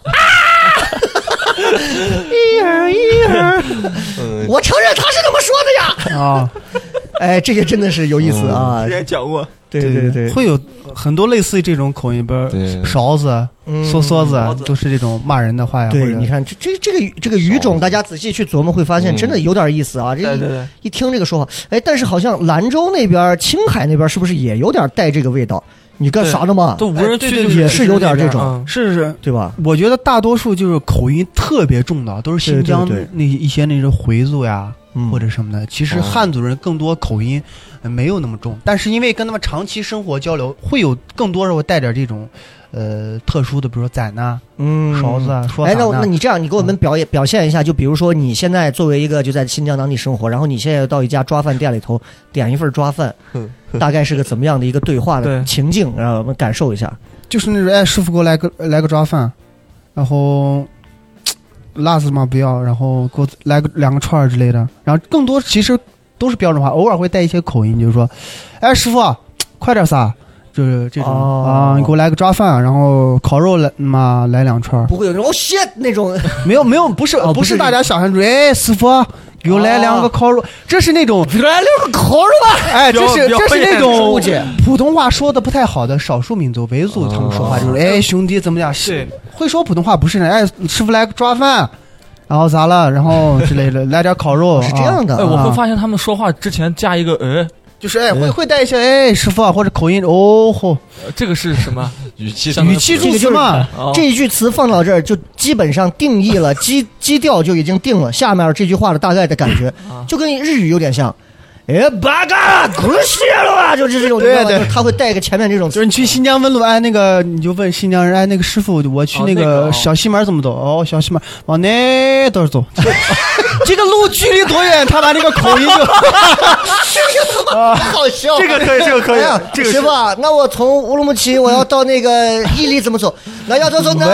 一儿一儿，我承认他是这么说的呀。啊，哎，这个真的是有意思啊。 之前讲过。 对对 对, 对， 会有很多类似于这种口音，比如勺子、梭梭子，都是这种骂人的话呀。 对，你看这这这个这个语种，大家仔细去琢磨，会发现真的有点意思啊。这一一听这个说法，哎，但是好像兰州那边、青海那边是不是也有点带这个味道？你干啥的嘛？ 都无人区， 也是有点这种， 是是， 对吧？ 我觉得大多数就是口音特别重的，都是新疆那一些那种回族呀。或者什么的，其实汉族人更多口音没有那么重，但是因为跟他们长期生活交流，会有更多时候带点这种呃特殊的，比如说攒呐、嗯、勺子啊、说法。 哎，那那你这样，你给我们表演、嗯、表现一下，就比如说你现在作为一个就在新疆当地生活，然后你现在到一家抓饭店里头点一份抓饭，大概是个怎么样的一个对话的情境，让我们感受一下。 就是那种哎，师傅给我来个来个抓饭，然后。辣子嘛不要，然后给我来个两个串之类的，然后更多其实都是标准话，偶尔会带一些口音，就是说，哎师傅，快点撒，就是这种、哦、啊，你给我来个抓饭，然后烤肉来嘛来两串， 不会有那种 shit 那种， 没有没有，不是、哦、不是大家想象中，哎师傅给我来两个烤肉，哦、这是那种来两个烤肉啊， 哎，这是这是那种普通话说的不太好的少数民族维族，他们说话就是、哦、哎兄弟怎么样？是会说普通话不是呢？哎师傅来个抓饭。然后咋了？然后之类的，来点烤肉， 是这样的。 哎，我会发现他们说话之前加一个呃， 就是哎，会会带一些哎，师傅啊，或者口音哦吼， 这个是什么语气？ 语气助词嘛。 这一句词放到这儿，就基本上定义了基基调就已经定了。下面这句话的大概的感觉，就跟日语有点像。哎，八嘎，滚血了吧！就是这种，对对，他会带个前面这种， 就是你去新疆问路，哎，那个你就问新疆人，哎，那个师傅，我去那个小西门怎么走？哦，小西门往那头走，这个路距离多远？他把那个口音就， 这个好笑， 这个可以，这个可以，这个是吧？那我从乌鲁木齐我要到那个伊犁怎么走？那要走走呢？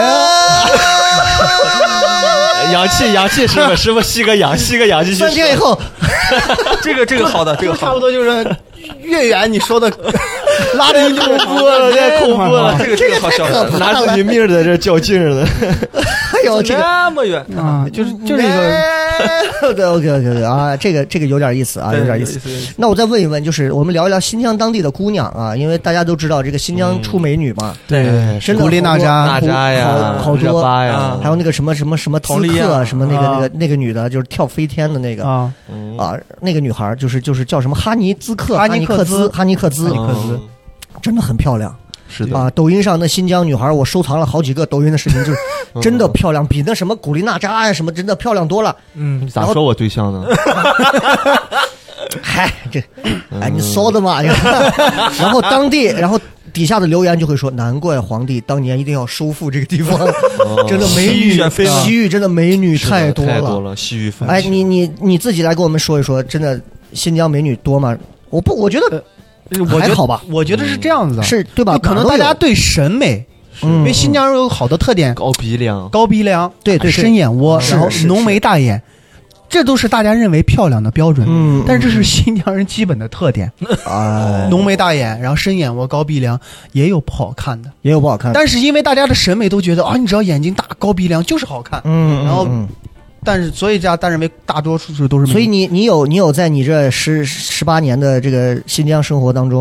氧气，氧气，师傅，师傅吸个氧，吸个氧气。 三天以后， 这个这个好的，这个差不多就是越远你说的拉的你就恐怖了，太恐怖了， 这个这个好笑， 拿自己命在这较劲儿的。 哎呦，这那么远啊，就是就是一个。 对 ，OK OK OK 啊，这个这个有点意思啊，有点意思。那我再问一问，就是我们聊一聊新疆当地的姑娘啊，因为大家都知道这个新疆出美女嘛， 对， 真的古力娜扎、 娜扎呀， 好多呀， 还有那个什么什么什么滋克，什么那个那个那个女的，就是跳飞天的那个啊啊，那个女孩就是就是叫什么哈尼兹克、哈尼克兹、哈尼克兹、哈尼克兹，真的很漂亮。 是的啊，抖音上那新疆女孩，我收藏了好几个抖音的视频，就是真的漂亮，比那什么古力娜扎呀什么真的漂亮多了。 嗯，咋说我对象呢？ 嗨，这，哎，你骚的嘛？然后当地，然后底下的留言就会说，难怪皇帝当年一定要收复这个地方，真的美女，西域真的美女太多了， 太多了，西域。 哎，你你你自己来跟我们说一说，真的新疆美女多吗？我不，我觉得。 我还好吧， 我觉得是这样子的， 是对吧？ 可能大家对审美，因为新疆人有好的特点， 高鼻梁， 高鼻梁， 对对， 深眼窝，然后浓眉大眼，这都是大家认为漂亮的标准。嗯，但是这是新疆人基本的特点啊，浓眉大眼，然后深眼窝、高鼻梁，也有不好看的， 也有不好看。 但是因为大家的审美都觉得啊，你只要眼睛大、高鼻梁就是好看，嗯，然后。但是，所以大家认为大多数都是。 所以你你有你有在你这十十八年的这个新疆生活当中，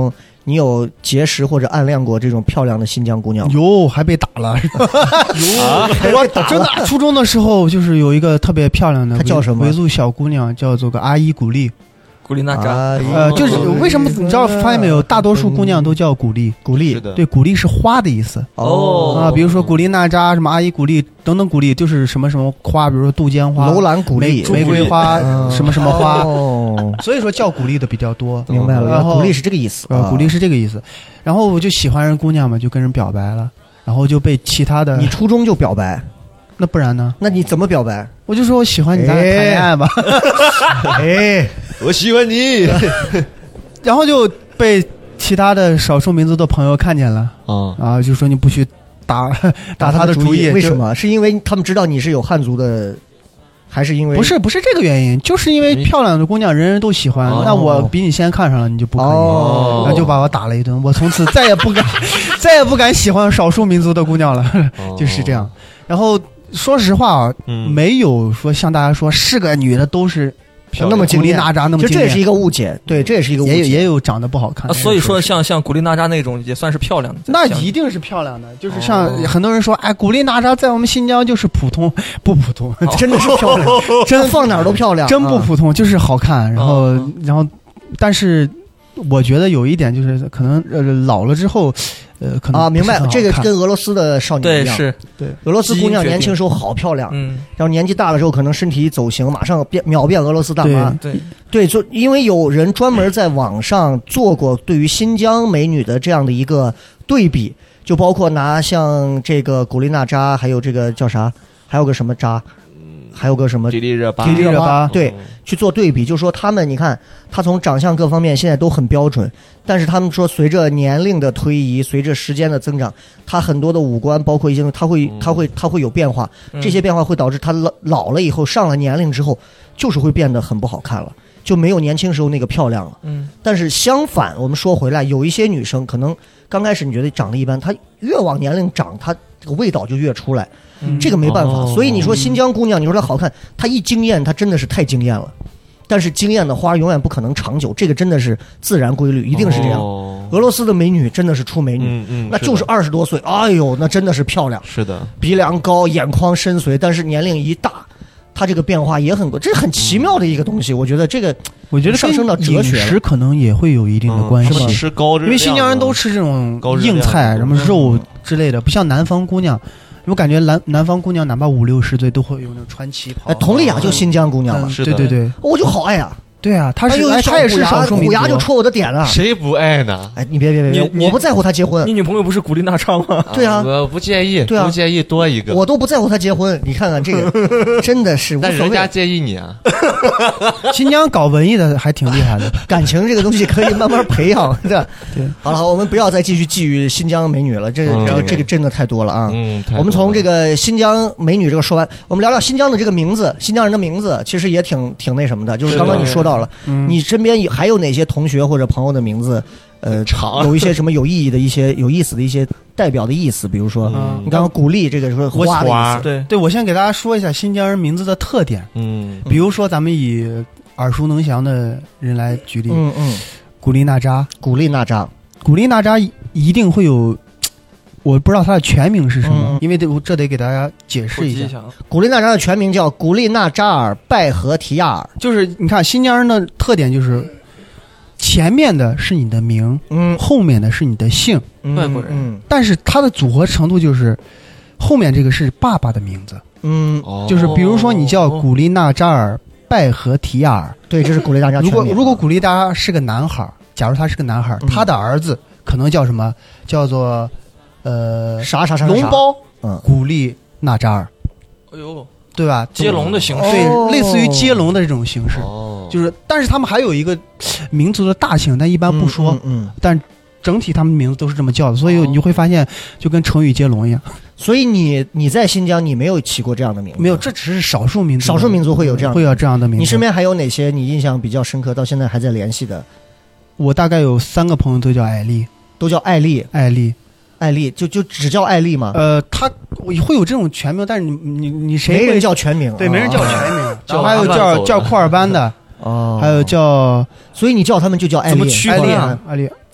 你有结识或者暗恋过这种漂亮的新疆姑娘吗？ 哟，还被打了。有，我真的初中的时候就是有一个特别漂亮的， 她叫什么？ 维族小姑娘，叫做个阿依古丽。 古力娜扎， 呃，就是为什么你知道发现没有？大多数姑娘都叫古丽， 古丽， 对，古丽是花的意思。 哦啊，比如说古力娜扎、什么阿依古丽等等，古丽就是什么什么花，比如说杜鹃花、 楼兰古丽、 玫瑰花、什么什么花。 哦， 所以说叫古丽的比较多。 明白了， 然后古丽是这个意思。 呃，古丽是这个意思。然后我就喜欢人姑娘嘛，就跟人表白了，然后就被其他的。 你初中就表白？ 那不然呢？ 那你怎么表白？ 我就说我喜欢你，咱俩谈恋爱吧。 哎， 我喜欢你。 然后就被其他的少数民族的朋友看见了， 啊啊，就说你不许打打他的主意。 为什么？是因为他们知道你是有汉族的，还是因为？ 不是，不是这个原因，就是因为漂亮的姑娘人人都喜欢， 哦、 那我比你先看上了，你就不可以， 哦、 然后就把我打了一顿。我从此再也不敢，再也不敢喜欢少数民族的姑娘了， 哦、 就是这样。然后说实话啊， 嗯、 没有说像大家说是个女的都是那么古力娜扎那么惊艳，就这也是一个误解。对，这也是一个误解。 也有也有长得不好看的、 啊，所以说像像古力娜扎那种也算是漂亮的。 那一定是漂亮的，就是像很多人说，哎，古力娜扎在我们新疆就是普通，不普通， 哦、真的是漂亮，真放哪儿都漂亮， 真不普通，就是好看。然后，哦、然后，但是我觉得有一点就是可能呃老了之后。呃，可能啊，明白，这个跟俄罗斯的少女一样， 对，是对， 俄罗斯姑娘年轻时候好漂亮， 嗯， 然后年纪大了之后，可能身体一走形，马上变秒变俄罗斯大妈， 对对，就因为有人专门在网上做过对于新疆美女的这样的一个对比，就包括拿像这个古力娜扎，还有这个叫啥，还有个什么扎。还有个什么迪丽热巴， 迪丽热巴，对，去做对比，就说他们，你看，他从长相各方面现在都很标准，但是他们说随着年龄的推移，随着时间的增长，他很多的五官，包括一些，他会，他会，他会有变化，这些变化会导致他老老了以后，上了年龄之后，就是会变得很不好看了，就没有年轻时候那个漂亮了。 嗯， 但是相反，我们说回来，有一些女生可能刚开始你觉得长得一般，她越往年龄长，她这个味道就越出来。 嗯、 这个没办法， 哦、 所以你说新疆姑娘，你说她好看，她一惊艳，她真的是太惊艳了。但是惊艳的花永远不可能长久，这个真的是自然规律，一定是这样。哦、俄罗斯的美女真的是出美女， 嗯嗯、 那就是二十多岁，哎呦，那真的是漂亮。 是的， 鼻梁高，眼眶深邃，但是年龄一大，她这个变化也很多，这是很奇妙的一个东西。我觉得这个， 我觉得上升到哲学， 饮食可能也会有一定的关系。 嗯、吃高热量， 因为新疆人都吃这种硬菜，什么肉之类的，不像南方姑娘。我感觉南南方姑娘哪怕五六十岁都会有那种穿旗袍。 哎，佟丽娅就新疆姑娘嘛， 嗯、对对对， 我就好爱啊。 对啊，她是哎， 她也是少数民族， 虎牙就戳我的点了。 谁不爱呢？ 哎，你别别别，我不在乎他结婚。 你女朋友不是古力娜扎吗？ 对啊， 我不介意， 对啊， 不介意多一个。 我都不在乎他结婚。你看看这个，真的是无所谓。 但人家介意你啊。 新疆搞文艺的还挺厉害的， 感情这个东西可以慢慢培养，对吧？ 对。 好了，我们不要再继续觊觎新疆美女了，这个、嗯、这个这个真的太多了啊。 嗯。 我们从这个新疆美女这个说完，我们聊聊新疆的这个名字，新疆人的名字其实也挺挺那什么的，就是刚刚你说到了， 嗯、 你身边还有哪些同学或者朋友的名字？呃，有一些什么有意义的一些有意思的一些代表的意思，比如说，嗯、你刚刚鼓励这个说花的意思， 对对，我先给大家说一下新疆人名字的特点， 嗯， 比如说咱们以耳熟能详的人来举例， 嗯嗯， 古力娜扎， 古力娜扎， 古力娜扎一定会有。我不知道它的全名是什么，嗯、因为这这得给大家解释一下。 古力娜扎的全名叫古力娜扎尔拜合提亚尔， 就是你看新疆人的特点就是前面的是你的名， 嗯， 后面的是你的姓， 外国人， 嗯， 但是它的组合程度就是后面这个是爸爸的名字， 嗯， 就是比如说你叫古力娜扎尔拜合提亚尔， 对，这是古力娜扎全名。 如果如果古力娜扎是个男孩，假如他是个男孩，嗯、他的儿子可能叫什么？叫做呃啥啥啥龙包， 嗯， 古力娜扎尔， 哎呦， 对吧？ 接龙的形式， 对，哦、类似于接龙的这种形式， 哦、 就是，但是他们还有一个民族的大姓，但一般不说， 嗯，嗯嗯但整体他们名字都是这么叫的，所以你会发现就跟成语接龙一样。 所以你你在新疆你没有起过这样的名字？ 没有，这只是少数民族， 少数民族会有这样会有这样的名字。 你身边还有哪些你印象比较深刻，到现在还在联系的？ 我大概有三个朋友都叫艾丽， 都叫艾丽， 艾丽。 艾丽就就只叫艾丽吗？ 呃，他会有这种全名，但是你你你谁没人叫全名？ 对，没人叫全名。 哦、 然后还有叫叫库尔班的， 哦， 还有叫， 所以你叫他们就叫艾丽， 怎么区艾丽艾丽，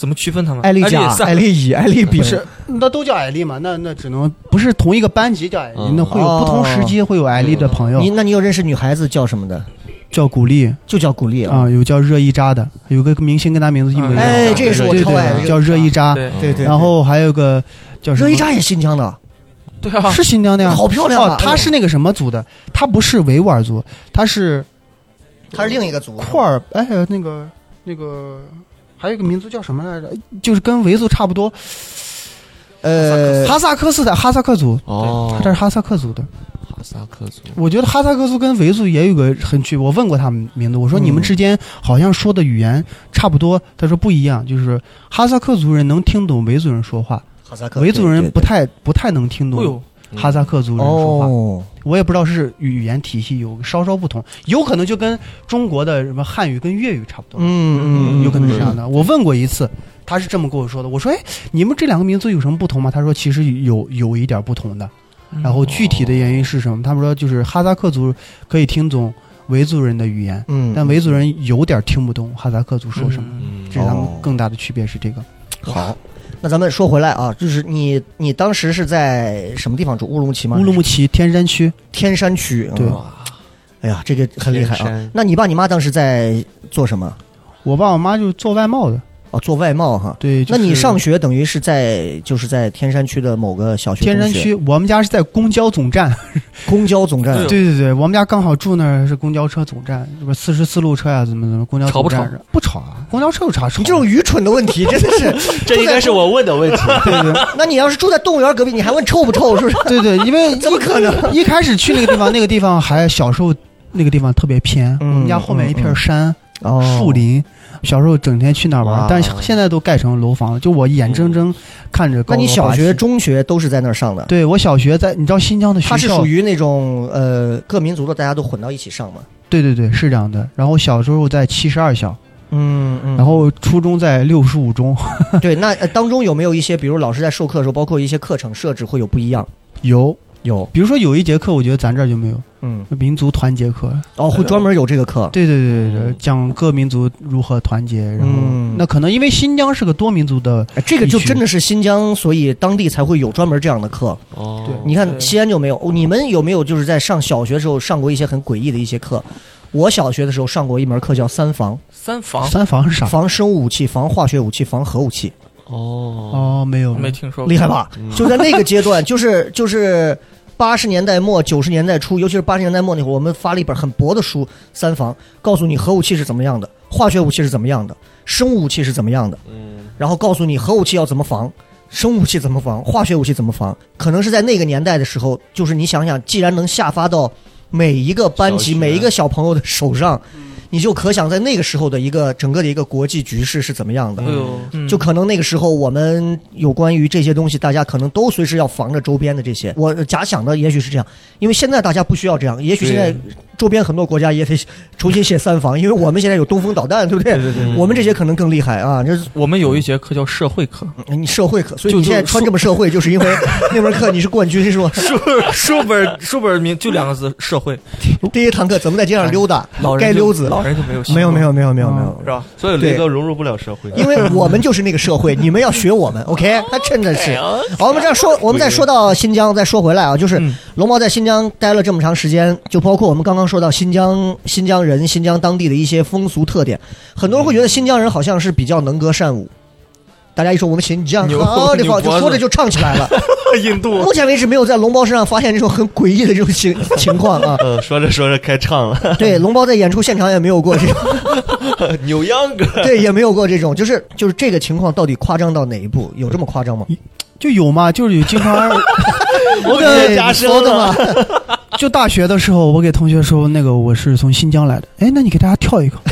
怎么区分他们？ 艾丽甲、艾丽乙、艾丽丙， 是那都叫艾丽嘛？那那只能不是同一个班级叫艾丽，嗯、那会有不同时期会有艾丽的朋友。 你那你有认识女孩子叫什么的？ 叫古丽， 就叫古丽啊、嗯。有叫热依扎的，有个明星跟他名字一模一样。 哎，这个是我超爱的， 叫热依扎。 对对对。 然后还有个叫热依扎也新疆的。 对啊， 是新疆的呀， 好漂亮啊！ 哦，他是那个什么族的？他不是维吾尔族，他是， 他是另一个族。 库尔，哎，那个那个，还有一个民族叫什么来着？就是跟维族差不多。呃，哈萨克斯的哈萨克族。 哦， 他这是哈萨克族的。 哈萨克族， 我觉得哈萨克族跟维族也有个很区别。我问过他们名字，我说你们之间好像说的语言差不多，他说不一样，就是哈萨克族人能听懂维族人说话。维族人不太对对对不太能听懂哈萨克族人说话， 哦、 我也不知道是语言体系有稍稍不同，有可能就跟中国的什么汉语跟粤语差不多， 嗯嗯， 有可能是这样的。我问过一次，他是这么跟我说的，我说哎，你们这两个民族有什么不同吗？他说其实有有一点不同的，然后具体的原因是什么？他们说就是哈萨克族可以听懂维族人的语言， 嗯， 但维族人有点听不懂哈萨克族说什么， 嗯、 这是他们更大的区别是这个。 好。那咱们说回来啊，就是你你当时是在什么地方住？乌鲁木齐吗？ 乌鲁木齐天山区。 天山区， 对。 嗯、哎呀，这个很厉害啊！那你爸你妈当时在做什么？ 我爸我妈就是做外贸的。 哦，做外贸哈。 对。就是、 那你上学等于是在就是在天山区的某个小学？ 天山区，我们家是在公交总站。 公交总站。 对对对，我们家刚好住那儿是公交车总站，什么四十四路车呀、啊，怎么怎么公交总站。 吵不吵？ 不吵啊，公交车有啥吵？ 你这种愚蠢的问题真的是， 这应该是我问的问题。 对对。 那你要是住在动物园隔壁，你还问臭不臭？是不是？ 对对，因为怎么可能？ 一开始去那个地方，那个地方还小时候那个地方特别偏， 嗯、 我们家后面一片山、 嗯嗯、 树林。小时候整天去那儿玩，但是现在都盖成楼房了。就我眼睁睁看着高楼。 那你小学、中学都是在那儿上的？ 对，我小学在，你知道新疆的学校， 它是属于那种呃各民族的，大家都混到一起上嘛？ 对对对，是这样的。然后小时候在七十二小， 嗯嗯， 然后初中在六十五中。 对，那、呃、当中有没有一些，比如老师在授课的时候，包括一些课程设置会有不一样？ 有有， 比如说有一节课，我觉得咱这儿就没有。 嗯， 民族团结课哦，会专门有这个课。 对对对对对，讲各民族如何团结。然后、 嗯、 那可能因为新疆是个多民族的、 哎，这个就真的是新疆，所以当地才会有专门这样的课。 哦， 对， 你看西安就没有。你们有没有就是在上小学的时候上过一些很诡异的一些课？我小学的时候上过一门课叫三防。 三防？ 三防是啥？ 防生物武器，防化学武器，防核武器。 哦哦，没有， 没听说过。 厉害吧？嗯、就在那个阶段，就是就是。八十年代末九十年代初，尤其是八十年代末那会儿，我们发了一本很薄的书《三防》，告诉你核武器是怎么样的，化学武器是怎么样的，生物武器是怎么样的， 嗯， 然后告诉你核武器要怎么防，生物武器怎么防，化学武器怎么防。可能是在那个年代的时候，就是你想想，既然能下发到每一个班级每一个小朋友的手上，你就可想在那个时候的一个整个的一个国际局势是怎么样的。 嗯、 就可能那个时候我们有关于这些东西，大家可能都随时要防着周边的这些。我假想的也许是这样，因为现在大家不需要这样，也许现在周边很多国家也得重新写三防，因为我们现在有东风导弹，对不对？ 对对对， 我们这些可能更厉害啊！这我们有一节课叫社会课， 你社会课，所以你现在穿这么社会，就是因为那门课你是冠军是吧？ 书书本书本名就两个字：社会。 第一堂课怎么在街上溜达？ 老该溜子， 老人就没有没有没有没有没有没有， 是吧？ 所以雷哥融入不了社会， 因为我们就是那个社会，你们要学我们 ，OK？那真的是。好，我们这样说，我们再说到新疆，再说回来啊，就是龙猫在新疆待了这么长时间，就包括我们刚刚说到新疆新疆人、新疆当地的一些风俗特点，很多人会觉得新疆人好像是比较能歌善舞。大家一说我们新疆好的话，就说着就唱起来了。 印度目前为止没有在龙包身上发现这种很诡异的这种情情况啊。 嗯，说着说着开唱了。 对，龙包在演出现场也没有过这种扭秧歌。 对，也没有过这种，就是就是这个情况到底夸张到哪一步？有这么夸张吗？ 就有嘛，就是有经常我给加说的嘛。 就大学的时候，我给同学说那个我是从新疆来的，哎，那你给大家跳一个。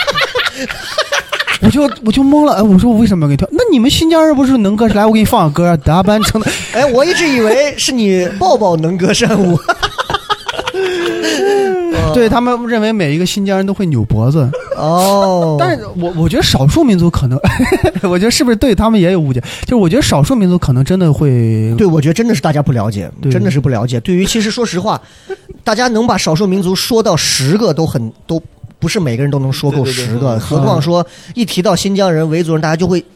我就我就懵了，哎，我说我为什么要给你跳？那你们新疆人不是能歌？来，我给你放个歌，打扮成的。 哎，我一直以为是你抱抱能歌善舞。 对，他们认为每一个新疆人都会扭脖子哦， 但是我我觉得少数民族可能，我觉得是不是对他们也有误解？就是我觉得少数民族可能真的会， 对，我觉得真的是大家不了解，真的是不了解。对于其实说实话，大家能把少数民族说到十个都很都。不是每个人都能说够十个，何况说一提到新疆人、维族人，大家就会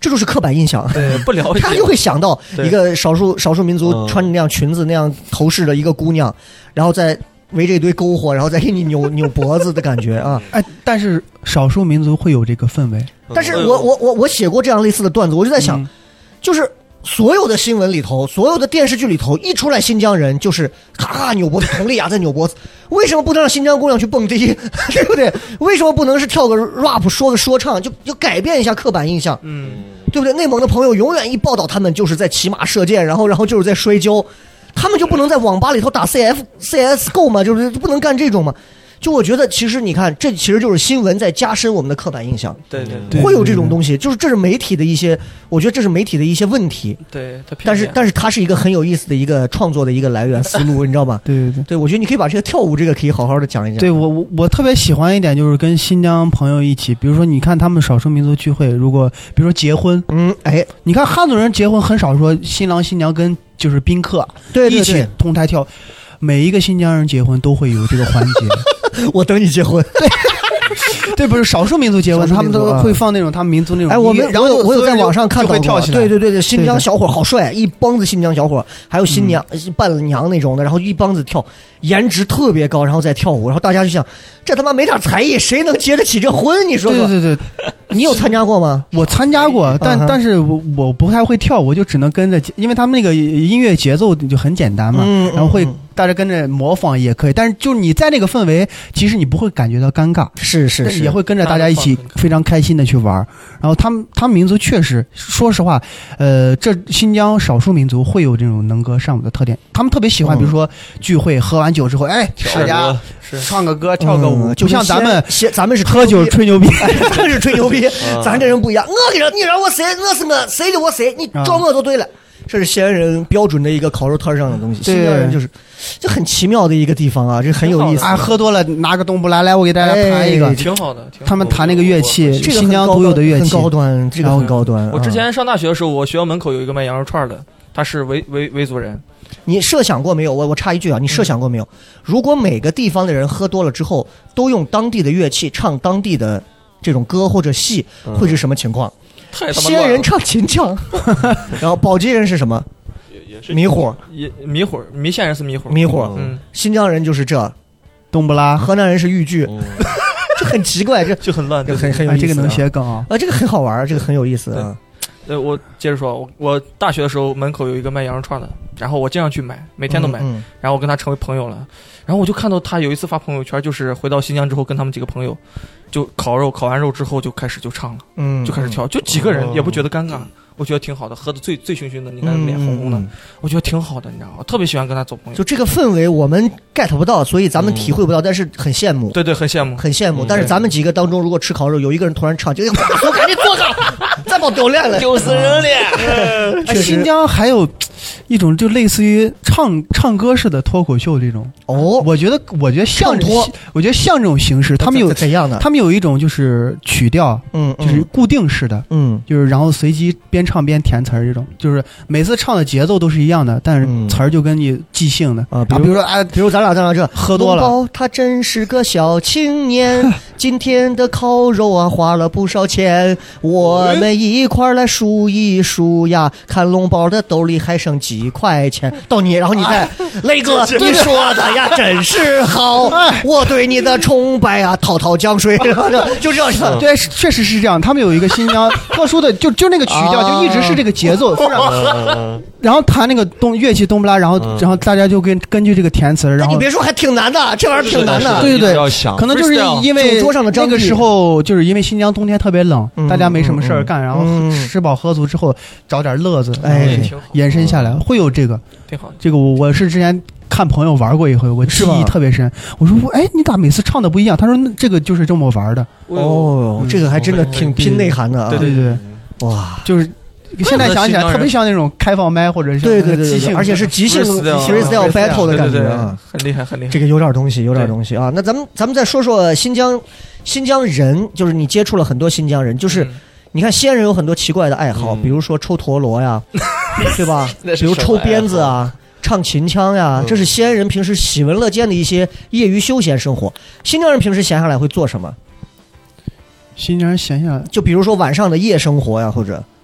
这就是刻板印象。 对，不了解， 他就会想到一个少数少数民族穿着那样裙子那样头饰的一个姑娘，然后再围着一堆篝火，然后再给你扭扭脖子的感觉啊！ 哎，但是少数民族会有这个氛围。 但是我我我我写过这样类似的段子，我就在想，嗯、就是所有的新闻里头，所有的电视剧里头，一出来新疆人就是咔咔扭脖子，佟丽娅在扭脖子，为什么不能让新疆姑娘去蹦迪，对不对？为什么不能是跳个 rap 说个说唱，就就改变一下刻板印象？嗯，对不对？内蒙的朋友永远一报道他们就是在骑马射箭，然后然后就是在摔跤。他们就不能在网吧里头打 C F C S G O 吗？就是不能干这种吗？就我觉得，其实你看，这其实就是新闻在加深我们的刻板印象。 对对对， 会有这种东西，就是这是媒体的一些，我觉得这是媒体的一些问题。 对， 但是但是它是一个很有意思的一个创作的一个来源思路，你知道吗？ 对对对， 对我觉得你可以把这个跳舞这个可以好好的讲一讲。 对我我我特别喜欢一点就是跟新疆朋友一起，比如说你看他们少数民族聚会，如果比如说结婚， 嗯，哎， 你看汉族人结婚很少说新郎新娘跟就是宾客对对对一起同台跳，每一个新疆人结婚都会有这个环节。 我等你结婚。 对。对，不是少数民族结婚，他们都会放那种他们民族那种。 哎，我们然后我有在网上看到跳起来。 对对对对，新疆小伙好帅，一帮子新疆小伙，还有新娘、嗯、伴娘那种的，然后一帮子跳，颜值特别高，然后再跳舞，然后大家就想，这他妈没点才艺，谁能结得起这婚？你说说。 对对对， 你有参加过吗？ 我参加过，但、嗯、但是我我不太会跳，我就只能跟着，因为他们那个音乐节奏就很简单嘛，嗯、然后会。大家跟着模仿也可以，但是就是你在那个氛围，其实你不会感觉到尴尬， 是是是， 也会跟着大家一起非常开心的去玩。然后他们他们民族确实，说实话，呃，这新疆少数民族会有这种能歌善舞的特点，他们特别喜欢，嗯、比如说聚会喝完酒之后，哎，大家唱个歌跳个舞， 嗯、 就像咱们咱们是喝酒吹牛逼， 咱是吹牛逼，咱跟人不一样。我跟你你让我谁，我是我谁的我谁，你装我就对了。这是西安人标准的一个烤肉摊上的东西，新疆人就是，这很奇妙的一个地方啊，这很有意思。 啊，喝多了拿个冬不拉来，我给大家弹一个， 哎、挺好的。挺好的他们弹那个乐器， 这个新疆独有的乐器， 很高端，这个很高端。 我之前上大学的时候，我学校门口有一个卖羊肉串的，他是维维维族人。 你设想过没有？我我插一句啊，你设想过没有？如果每个地方的人喝多了之后，都用当地的乐器唱当地的这种歌或者戏，会是什么情况？西安人唱秦腔，然后宝鸡人是什么？迷糊， 迷糊，弥县人是迷糊， 迷糊，嗯，新疆人就是这， 冬不拉， 河南人是豫剧，这很奇怪，这就很乱， 这很很有意思， 这个能写梗啊， 啊，这个很好玩，这个很有意思啊。 呃，我接着说，我我大学的时候门口有一个卖羊肉串的，然后我经常去买，每天都买， 嗯嗯、 然后我跟他成为朋友了，然后我就看到他有一次发朋友圈，就是回到新疆之后跟他们几个朋友，就烤肉，烤完肉之后就开始就唱了，嗯，就开始跳，就几个人也不觉得尴尬。我觉得挺好的，喝的醉醉醺醺的，你看脸红红的，嗯、我觉得挺好的，你知道吗？我特别喜欢跟他做朋友。 就这个氛围，我们 get 不到，所以咱们体会不到，嗯、但是很羡慕。 对对，很羡慕， 很羡慕。嗯、但是咱们几个当中，如果吃烤肉，有一个人突然唱，就我赶紧坐上，再把我丢脸了， 丢死人了。 哎，新疆还有一种就类似于唱唱歌式的脱口秀这种。 哦， 我觉得，我觉得像脱，我觉得像这种形式，他们有怎样的？ 他们有一种就是曲调，嗯，就是固定式的，嗯，就是然后随机边唱边填词儿。这种就是每次唱的节奏都是一样的，但是词儿就跟你即兴的啊。比如说，哎， 比如咱俩在那这喝多了， 他真是个小青年，今天的烤肉啊花了不少钱，我们一块来数一数呀，看笼包的兜里还剩几块钱。到你，然后你再雷哥，你说的呀真是好，我对你的崇拜啊滔滔江水，就这样。 对，确实是这样。他们有一个新疆特殊的，就就那个曲调，就一直是这个节奏。然后弹那个东乐器冬不拉，然后然后大家就跟根据这个填词，然后你别说还挺难的，这玩意儿挺难的。 对对对，可能就是因为桌上的那个时候，就是因为新疆冬天特别冷，大家没什么事儿干，然后吃饱喝足之后找点乐子，哎，延伸下来会有这个， 挺好。 这个我我是之前看朋友玩过一回，我记忆特别深。我说哎，你咋每次唱的不一样？他说这个就是这么玩的。 哦，这个还真的挺拼内涵的啊。 对对对， 哇， 就是。现在想起来特别像那种开放麦或者是对对对对，而且是即兴 freestyle battle 的感觉啊， 很厉害很厉害。 这个有点东西，有点东西啊。那咱们咱们再说说新疆新疆人，就是你接触了很多新疆人，就是你看西安人有很多奇怪的爱好，比如说抽陀螺呀，对吧？比如抽鞭子啊。唱秦腔呀，这是西安人平时喜闻乐见的一些业余休闲生活。新疆人平时闲下来会做什么？ 新疆人闲下来， 就比如说晚上的夜生活呀，或者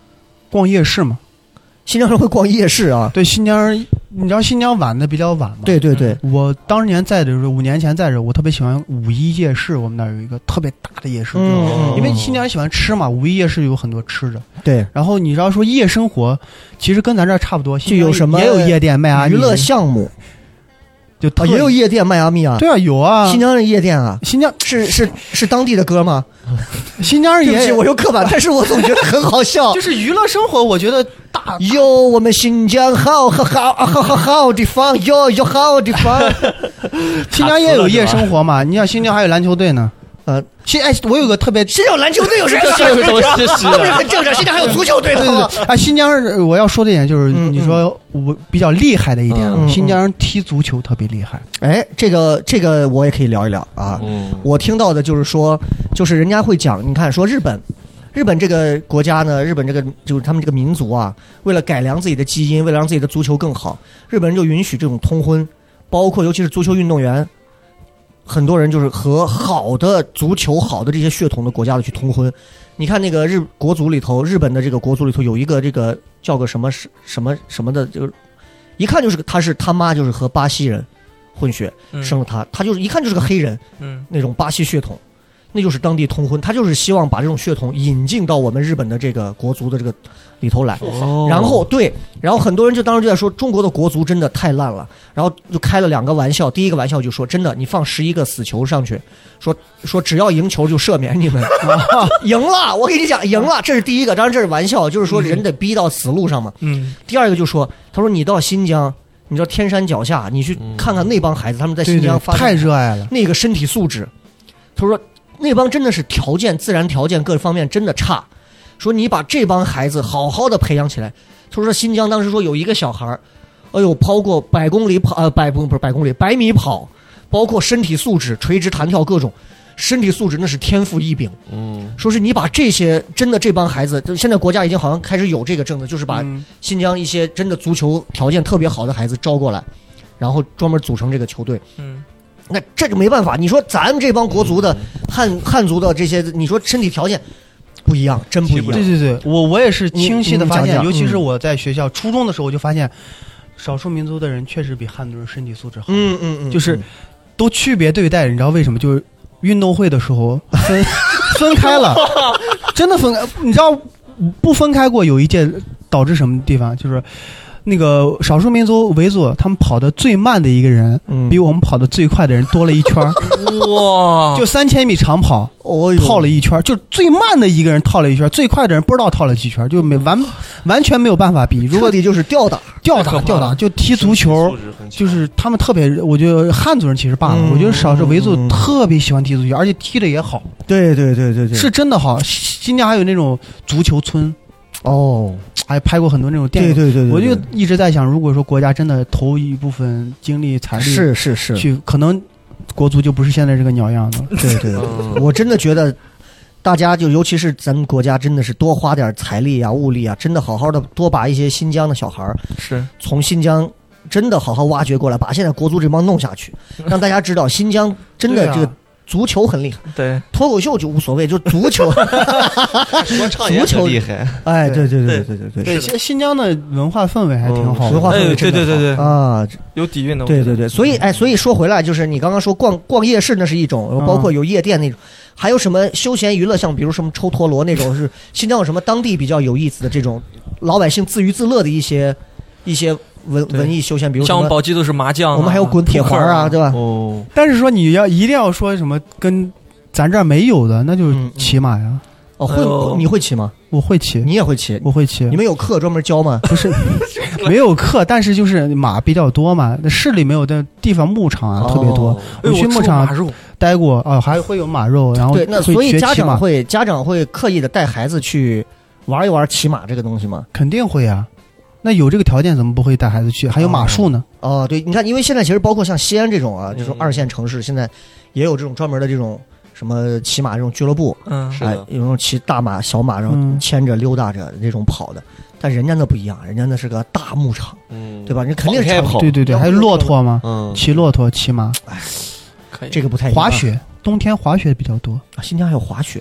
逛夜市嘛。 新疆人会逛夜市啊？ 对，新疆人，你知道新疆晚的比较晚嘛？ 对对对， 我当年在的时候，五年前在这，我特别喜欢五一夜市，我们那儿有一个特别大的夜市， 嗯， 因为新疆人喜欢吃嘛，五一夜市有很多吃的。 对， 然后你知道说夜生活，其实跟咱这儿差不多， 就有什么也有夜店、迈阿密娱乐项目。 就、 啊、也有夜店迈阿密啊？ 对啊，有啊。 新疆人夜店啊？ 新疆是是是当地的歌吗？ 新疆人也， 对不起，我又刻板，但是我总觉得很好笑。 就是娱乐生活，我觉得大有我们新疆好好好好好好地方，有有好地方。 新疆也有夜生活嘛？你想新疆还有篮球队呢。 呃， 新哎，我有个特别， 新疆有篮球队有什么这是什么事实？ 那不是很正常？新疆还有足球队的。 对对对，啊，新疆人我要说的一点就是， 嗯、 你说我比较厉害的一点， 嗯、 新疆人踢足球特别厉害。 哎，这个这个我也可以聊一聊啊。 嗯、 我听到的就是说，就是人家会讲，你看说日本。日本这个国家呢，日本这个就是他们这个民族啊，为了改良自己的基因，为了让自己的足球更好，日本人就允许这种通婚，包括尤其是足球运动员，很多人就是和好的足球、好的这些血统的国家的去通婚。你看那个日国足里头，日本的这个国足里头有一个这个叫个什么什么什么的，就是一看就是他是他妈就是和巴西人混血生了他，他就是一看就是个黑人，嗯，那种巴西血统。那就是当地通婚，他就是希望把这种血统引进到我们日本的这个国足的这个里头来。哦、然后对，然后很多人就当时就在说中国的国足真的太烂了，然后就开了两个玩笑。第一个玩笑就说真的，你放十一个死球上去，说说只要赢球就赦免你们，赢了，我跟你讲赢了，这是第一个。当然这是玩笑，就是说人得逼到死路上嘛。嗯。第二个就说，他说你到新疆，你知道天山脚下，你去看看那帮孩子，他们在新疆发太热爱了， 那个身体素质，他说。那帮真的是条件自然条件各方面真的差，说你把这帮孩子好好的培养起来。他说新疆当时说有一个小孩，哎呦跑过百公里跑呃百不不是百公里百米跑，包括身体素质垂直弹跳各种身体素质那是天赋异禀。嗯，说是你把这些真的这帮孩子，现在国家已经好像开始有这个政策，就是把新疆一些真的足球条件特别好的孩子招过来，然后专门组成这个球队。嗯。那这就没办法，你说咱们这帮国足的汉汉族的这些，你说身体条件不一样，真不一样。 对对对，我我也是清晰的发现，尤其是我在学校、嗯、初中的时候，我就发现，少数民族的人确实比汉族人身体素质好。 嗯嗯嗯， 就是都区别对待，你知道为什么？就是运动会的时候分分开了，真的分开。你知道不分开过有一届导致什么地方？就是。那个少数民族维族，他们跑得最慢的一个人，嗯、比我们跑得最快的人多了一圈。哇！就三千米长跑，哦、套了一圈，就最慢的一个人套了一圈，最快的人不知道套了几圈，就没完完全没有办法比。如果彻底就是吊打、 吊打、吊打，就踢足球，就是他们特别，我觉得汉族人其实罢了，嗯、我觉得少数维族特别喜欢踢足球，而且踢的也好。 对对对对对， 是真的好。新疆还有那种足球村。 哦， 还拍过很多那种电影， 对对 对, 对, 对，我就一直在想，如果说国家真的投一部分精力财力， 是是是， 去可能国足就不是现在这个鸟样子。 对对对，我真的觉得大家就尤其是咱们国家真的是多花点财力啊、物力啊，真的好好的多把一些新疆的小孩是从新疆真的好好挖掘过来，把现在国足这帮弄下去，让大家知道新疆真的这个。足球很厉害， 对， 脱口秀就无所谓，就足球， 说唱也很厉害， 哎，对对对对对对对，新新疆的文化氛围还挺好， 文化氛围对对对对啊， 有底蕴的， 对对对，所以哎，所以说回来就是你刚刚说逛逛夜市那是一种，包括有夜店那种，还有什么休闲娱乐项目，比如什么抽陀螺那种，是新疆有什么当地比较有意思的这种老百姓自娱自乐的一些一些。文文艺休闲，比如像我们宝鸡都是麻将、啊， 我们还有滚铁环啊，对吧？ 哦，但是说你要一定要说什么跟咱这儿没有的，那就是骑马呀。嗯、 哦，会、哎、你会骑吗？ 我会骑， 你也会骑， 我会骑。 你们有课专门教吗？ 不是，没有课，但是就是马比较多嘛。那市里没有的地方牧场啊、哦、特别多。我去牧场待过啊、哦，还会有马肉，然后对，那所以家长会家长会刻意的带孩子去玩一玩骑马这个东西吗？ 肯定会啊。那有这个条件怎么不会带孩子去？还有马术呢？ 哦，对，你看，因为现在其实包括像西安这种啊，这种二线城市，现在也有这种专门的这种什么骑马这种俱乐部，嗯，哎，有种骑大马、小马，然后牵着溜达着这种跑的。但人家那不一样，人家那是个大牧场，嗯，对吧？人肯定是跑， 对对对，还有骆驼吗？嗯，骑骆驼、骑马， 哎，可以，这个不太一样。 滑雪，冬天滑雪比较多啊，新疆还有滑雪啊。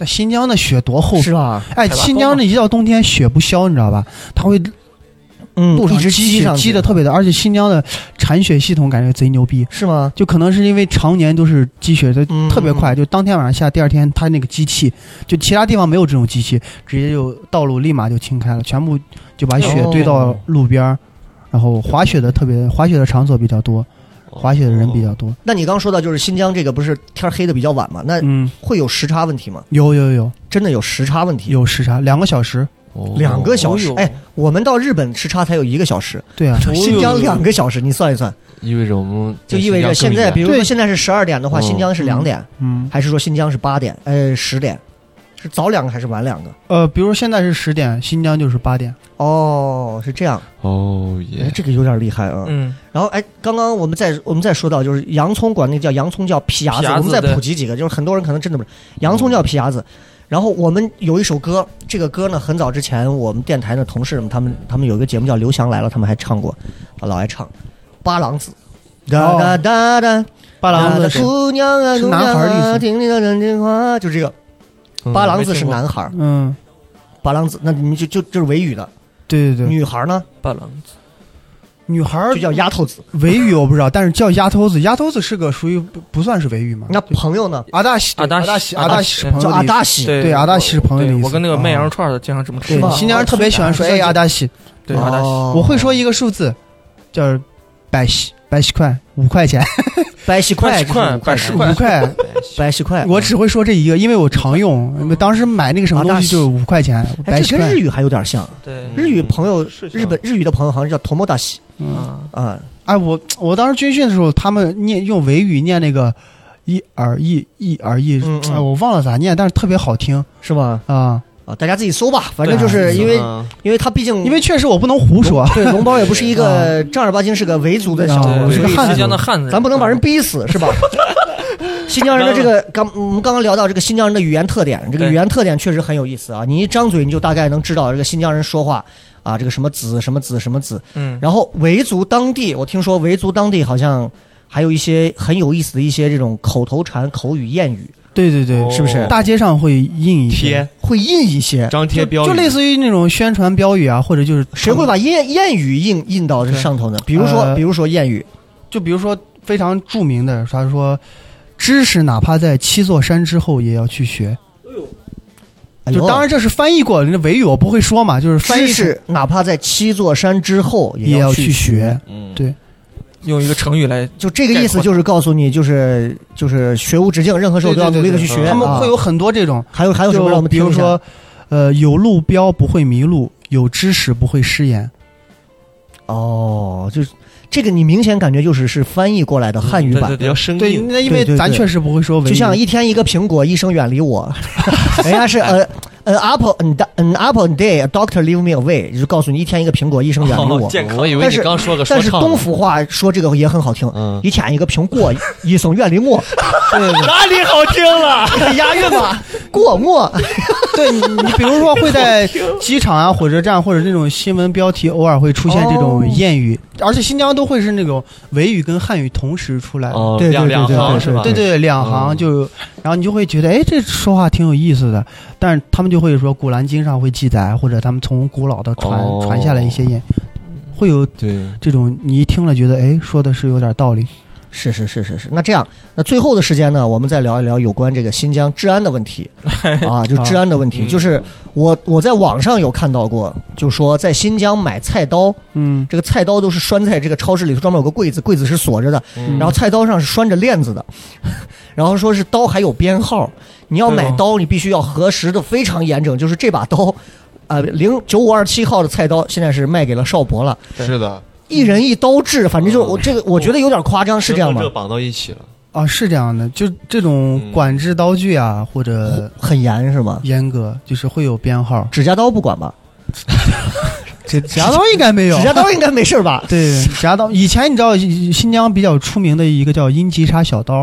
但新疆的雪多厚是吧？ 哎，新疆的一到冬天雪不消，你知道吧？它会。 嗯， 路上积雪积的特别的，而且新疆的铲雪系统感觉贼牛逼， 是吗？ 就可能是因为常年都是积雪的特别快， 嗯、 就当天晚上下，第二天它那个机器，就其他地方没有这种机器，直接就道路立马就清开了，全部就把雪堆到路边，哦、然后滑雪的特别滑雪的场所比较多，滑雪的人比较多。哦、 那你刚说到就是新疆这个不是天黑的比较晚吗？那嗯， 会有时差问题吗？ 有有有， 真的有时差问题， 有时差，两个小时。 哦、两个小时，哎，我们到日本时差才有一个小时， 对啊， 新疆两个小时，你算一算， 意味着我们就意味着现在，比如说现在是十二点的话，新疆是两点， 嗯， 还是说新疆是八点，呃，十点，是早两个还是晚两个？ 呃，比如说现在是十点，新疆就是八点。 哦，是这样， 哦耶， 这个有点厉害啊。 嗯， 然后哎，刚刚我们再我们再说到，就是洋葱管那个叫洋葱叫皮牙子，我们再普及几个，就是很多人可能真的不是洋葱叫皮牙子。然后我们有一首歌，这个歌呢，很早之前我们电台的同事们，他们他们有一个节目叫《刘翔来了》，他们还唱过，老爱唱《八郎子》。哒哒哒哒， 八郎子姑娘啊， 是男孩的意思， 听你的人电话，就这个。八郎子是男孩， 嗯， 八郎子，那你就就就是维语的， 对对对。 女孩呢？ 八郎子。 女孩就叫丫头子， 维语我不知道，但是叫丫头子，丫头子是个属于不不算是维语嘛？ 那朋友呢？ 阿大喜， 阿大喜，阿大喜是朋友， 叫阿大喜， 对，阿大喜是朋友的意思。 我跟那个卖羊肉串的经常这么吃。 对，新疆人特别喜欢说哎阿大喜， 对阿大喜。 我会说一个数字，叫百喜，百喜块，五块钱， 百喜块， 块，百十块， 五块， 百喜块。 我只会说这一个，因为我常用，当时买那个什么东西就是五块钱，百喜块。 这跟日语还有点像。 对， 日语朋友，日本日语的朋友好像叫头毛大喜。 嗯啊， 哎，我我当时军训的时候，他们念用维语念那个一耳一一耳一， 嗯嗯哎，我忘了咋念，但是特别好听， 是吧？ 啊啊，大家自己搜吧，反正就是因为，因为他毕竟， 因为确实我不能胡说， 对，龙包也不是一个正儿八经是个维族的小，是个汉族的汉子， 咱不能把人逼死，是吧？新疆人的这个刚我们刚刚聊到这个新疆人的语言特点，这个语言特点确实很有意思啊！你一张嘴你就大概能知道这个新疆人说话啊，这个什么子什么子什么子， 嗯， 然后维族当地，我听说维族当地好像还有一些很有意思的一些这种口头禅、口语、谚语。 对对对， 是不是大街上会印一些， 会印一些张贴标语， 就类似于那种宣传标语啊，或者就是谁会把谚谚语印印到这上头呢？比如说，呃、比如说谚语， 就比如说非常著名的，他说。知识哪怕在七座山之后也要去学， 哎、 就当然这是翻译过，那维语我不会说嘛，就是翻译知识哪怕在七座山之后也要去学， 嗯， 对， 用一个成语来， 就这个意思，就是告诉你，就是就是学无止境，任何时候都要努力的去学。 对对对对，他们会有很多这种， 啊、还有还有什么让我们比如说，呃，有路标不会迷路，有知识不会失言。 哦，就是。这个你明显感觉就是是翻译过来的汉语版， 比较生硬。 对，那因为咱确实不会说维语， 就像一天一个苹果，医生远离我，人家是呃。An apple, an an apple a day, a doctor leave me away， 就是告诉你一天一个苹果，医生远离我。 哦、我以为你刚说个说唱。 但是东府话说这个也很好听，嗯、一天一个苹果，医生远离我。 对对对， 哪里好听了？ 押韵嘛，过墨。 对你，你比如说会在机场啊、火车站或者这种新闻标题，偶尔会出现这种谚语，哦、而且新疆都会是那种维语跟汉语同时出来。 哦， 对对对两行是吧？ 对对，两行就，然后你就会觉得，哎，这说话挺有意思的，但是他们就会说《古兰经》上会记载，或者他们从古老的传、哦、传下来一些谚，会有这种你一听了觉得哎说的是有点道理。 是是是是是。那这样，那最后的时间呢，我们再聊一聊有关这个新疆治安的问题啊，就治安的问题，啊、就是我我在网上有看到过，就说在新疆买菜刀， 嗯， 这个菜刀都是拴在这个超市里头，专门有个柜子，柜子是锁着的，嗯、然后菜刀上是拴着链子的，然后说是刀还有编号，你要买刀，你必须要核实的非常严整，就是这把刀，呃，零九五二七号的菜刀现在是卖给了邵博了， 是的。 一人一刀制，反正就我这个，我觉得有点夸张，是这样吗？ 这绑到一起了啊，是这样的，就这种管制刀具啊，嗯、或者很严是吗？ 严格，就是会有编号。 指甲刀不管吧？ 指甲刀应该没有， 指甲刀应该没事吧？ 对，指甲刀以前你知道新疆比较出名的一个叫阴吉沙小刀，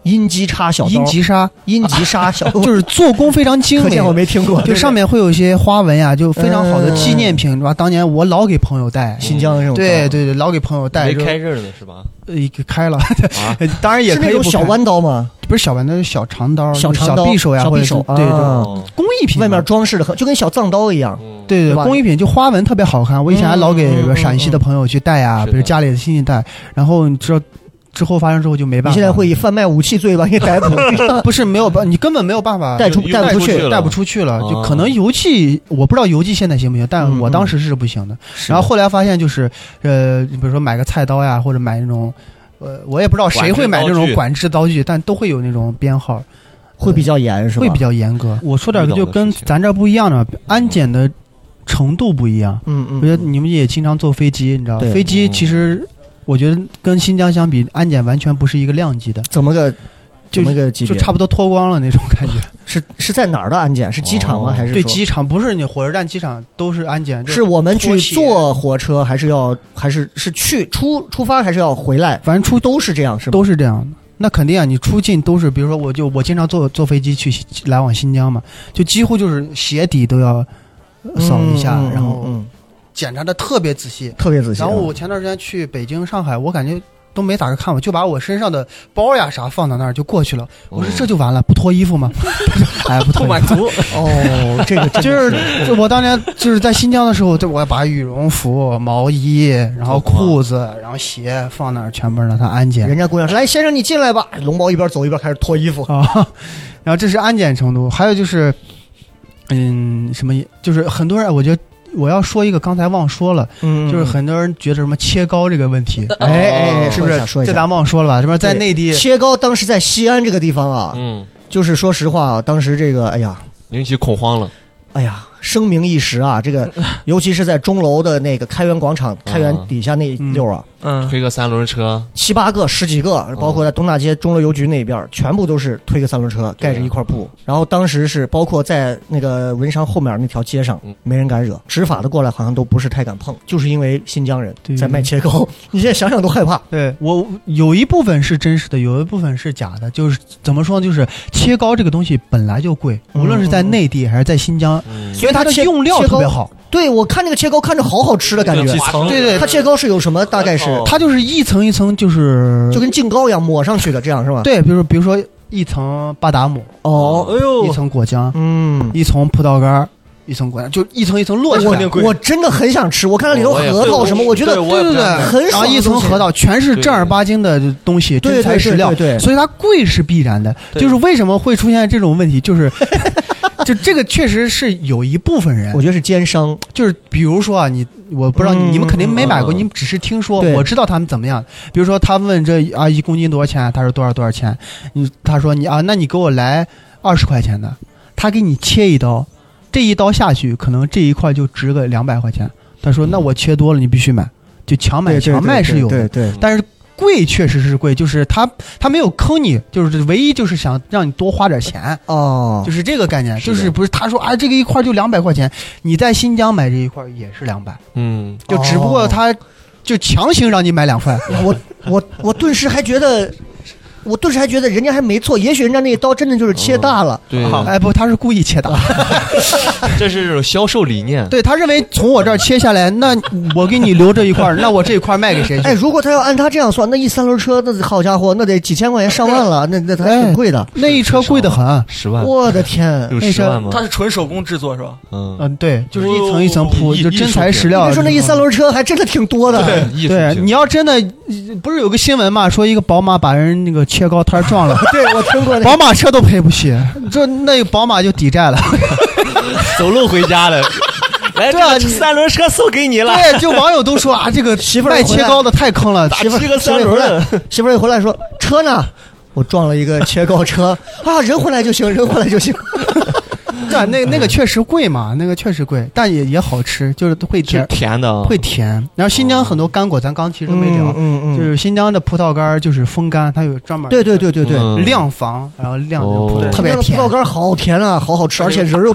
阴极叉小刀， 阴极沙， 阴极沙小刀， 就是做工非常精美。 可见我没听过， 就上面会有一些花纹呀，就非常好的纪念品，是吧？当年我老给朋友带， 新疆这种， 对对对，老给朋友带。 没开刃的是吧？ 呃，开了，当然也可以。 是那种小弯刀吗？ 不是小弯刀，是小长刀， 小长刀、 小匕首呀， 小匕首， 对对，工艺品， 外面装饰的很，就跟小藏刀一样。 对对，工艺品就花纹特别好看。我以前还老给陕西的朋友去带呀，比如家里的亲戚带，然后你知道。之后发生之后就没办法， 你现在会以贩卖武器罪把你逮捕？ 不是没有办，你根本没有办法带出带不出去， 带不出去了。就可能邮寄，我不知道邮寄现在行不行，但我当时是不行的。然后后来发现就是，呃，比如说买个菜刀呀，或者买那种，呃，我也不知道谁会买那种管制刀具，但都会有那种编号， 会比较严是吧？ 会比较严格。我说点就跟咱这不一样的，安检的程度不一样。嗯嗯，我觉得你们也经常坐飞机，你知道，飞机其实。我觉得跟新疆相比，安检完全不是一个量级的。 怎么个？怎么个级别？ 就差不多脱光了那种感觉。 是是在哪儿的安检？是机场吗？还是对机场？不是你火车站、机场都是安检。 是我们去坐火车，还是要还是是去出出发，还是要回来？ 反正出都是这样，是吧？ 都是这样的。那肯定啊，你出境都是，比如说我就我经常坐坐飞机去来往新疆嘛，就几乎就是鞋底都要扫一下， 嗯、 然后。 嗯检查的特别仔细， 特别仔细。 然后我前段时间去北京、上海，我感觉都没咋个看我，就把我身上的包呀啥放到那儿就过去了。我说这就完了，不脱衣服吗？哎，不脱不满足。 哦，这个就是就我当年就是在新疆的时候，我要把羽绒服、毛衣，然后裤子，然后鞋放那儿，全部让他安检。 人家姑娘说：“来，先生你进来吧。”龙包一边走一边开始脱衣服啊。然后这是安检程度，还有就是，嗯，什么？就是很多人，我觉得。我要说一个，刚才忘说了，嗯，就是很多人觉得什么切糕这个问题， 哎哎， 是不是？这咱忘说了吧？这边在内地切糕，当时在西安这个地方啊，嗯，就是说实话啊，当时这个，哎呀， 引起恐慌了， 哎呀，声名一时啊，这个，尤其是在钟楼的那个开元广场、开元底下那一溜啊。 嗯，推个三轮车， 七八个、十几个，包括在东大街钟楼邮局那边，全部都是推个三轮车，盖着一块布。然后当时是包括在那个文商后面那条街上，没人敢惹，执法的过来好像都不是太敢碰，就是因为新疆人在卖切糕，你现在想想都害怕。 对我有一部分是真实的，有一部分是假的。就是怎么说呢？就是切糕这个东西本来就贵，无论是在内地还是在新疆，所以它的用料特别好。 对，我看这个切糕看着好好吃的感觉。 对对， 它切糕是有什么？大概是它就是一层一层，就是就跟净糕一样抹上去的，这样是吧？ 对，比如比如说一层巴达姆， 哦， 哎呦，一层果浆，嗯，一层葡萄干，一层果浆，就一层一层摞起来。 我我真的很想吃，我看到里头核桃什么，我觉得对对对， 很爽。 一层核桃全是正儿八经的东西，真材实料， 对， 所以它贵是必然的。就是为什么会出现这种问题，就是。就这个确实是有一部分人， 我觉得是奸商。 就是比如说啊，你我不知道你、嗯、你们肯定没买过，嗯、你们只是听说。我知道他们怎么样。比如说他问这啊一公斤多少钱？他说多少多少钱？你他说你啊，那你给我来二十块钱的，他给你切一刀，这一刀下去可能这一块就值个两百块钱。他说那我切多了，你必须买，就强买强卖是有的， 对 对, 对, 对， 但是。贵确实是贵，就是他他没有坑你，就是唯一就是想让你多花点钱哦， 就是这个概念，就是不是他说啊这个一块就两百块钱，你在新疆买这一块也是两百，嗯，就只不过他就强行让你买两块， 我我我顿时还觉得。我顿时还觉得人家还没错，也许人家那一刀真的就是切大了。 对， 哎不，他是故意切大， 这是这种销售理念。 对他认为从我这儿切下来，那我给你留这一块，那我这一块卖给谁去？ 哎，如果他要按他这样算，那一三轮车，那好家伙，那得几千块钱上万了，那那还挺贵的。 那一车贵得很， 十万。 我的天， 有十万吗？ 它是纯手工制作是吧？ 嗯嗯，对，就是一层一层铺，就真材实料。 你说那一三轮车还真的挺多的。 对，对，你要真的不是有个新闻嘛，说一个宝马把人那个切糕摊撞了。 对，我听过、那个。 宝马车都赔不起，这那个宝马就抵债了， 走路回家了。 来，对啊，三轮车送给你了。 对，就网友都说啊，这个媳妇卖切糕的太坑了， 媳妇这个三轮， 媳妇一回来说车呢，我撞了一个切糕车啊，人回来就行，人回来就行。 对，那那个确实贵嘛，那个确实贵，但也也好吃，就是会甜甜的， 会甜。然后新疆很多干果，咱刚其实都没聊，嗯 嗯, 嗯，就是新疆的葡萄干就是风干，它有专门对对对对对晾房，然后晾这个葡萄、 哦、特别甜。葡萄干好甜啊，好好吃，而且仁又大。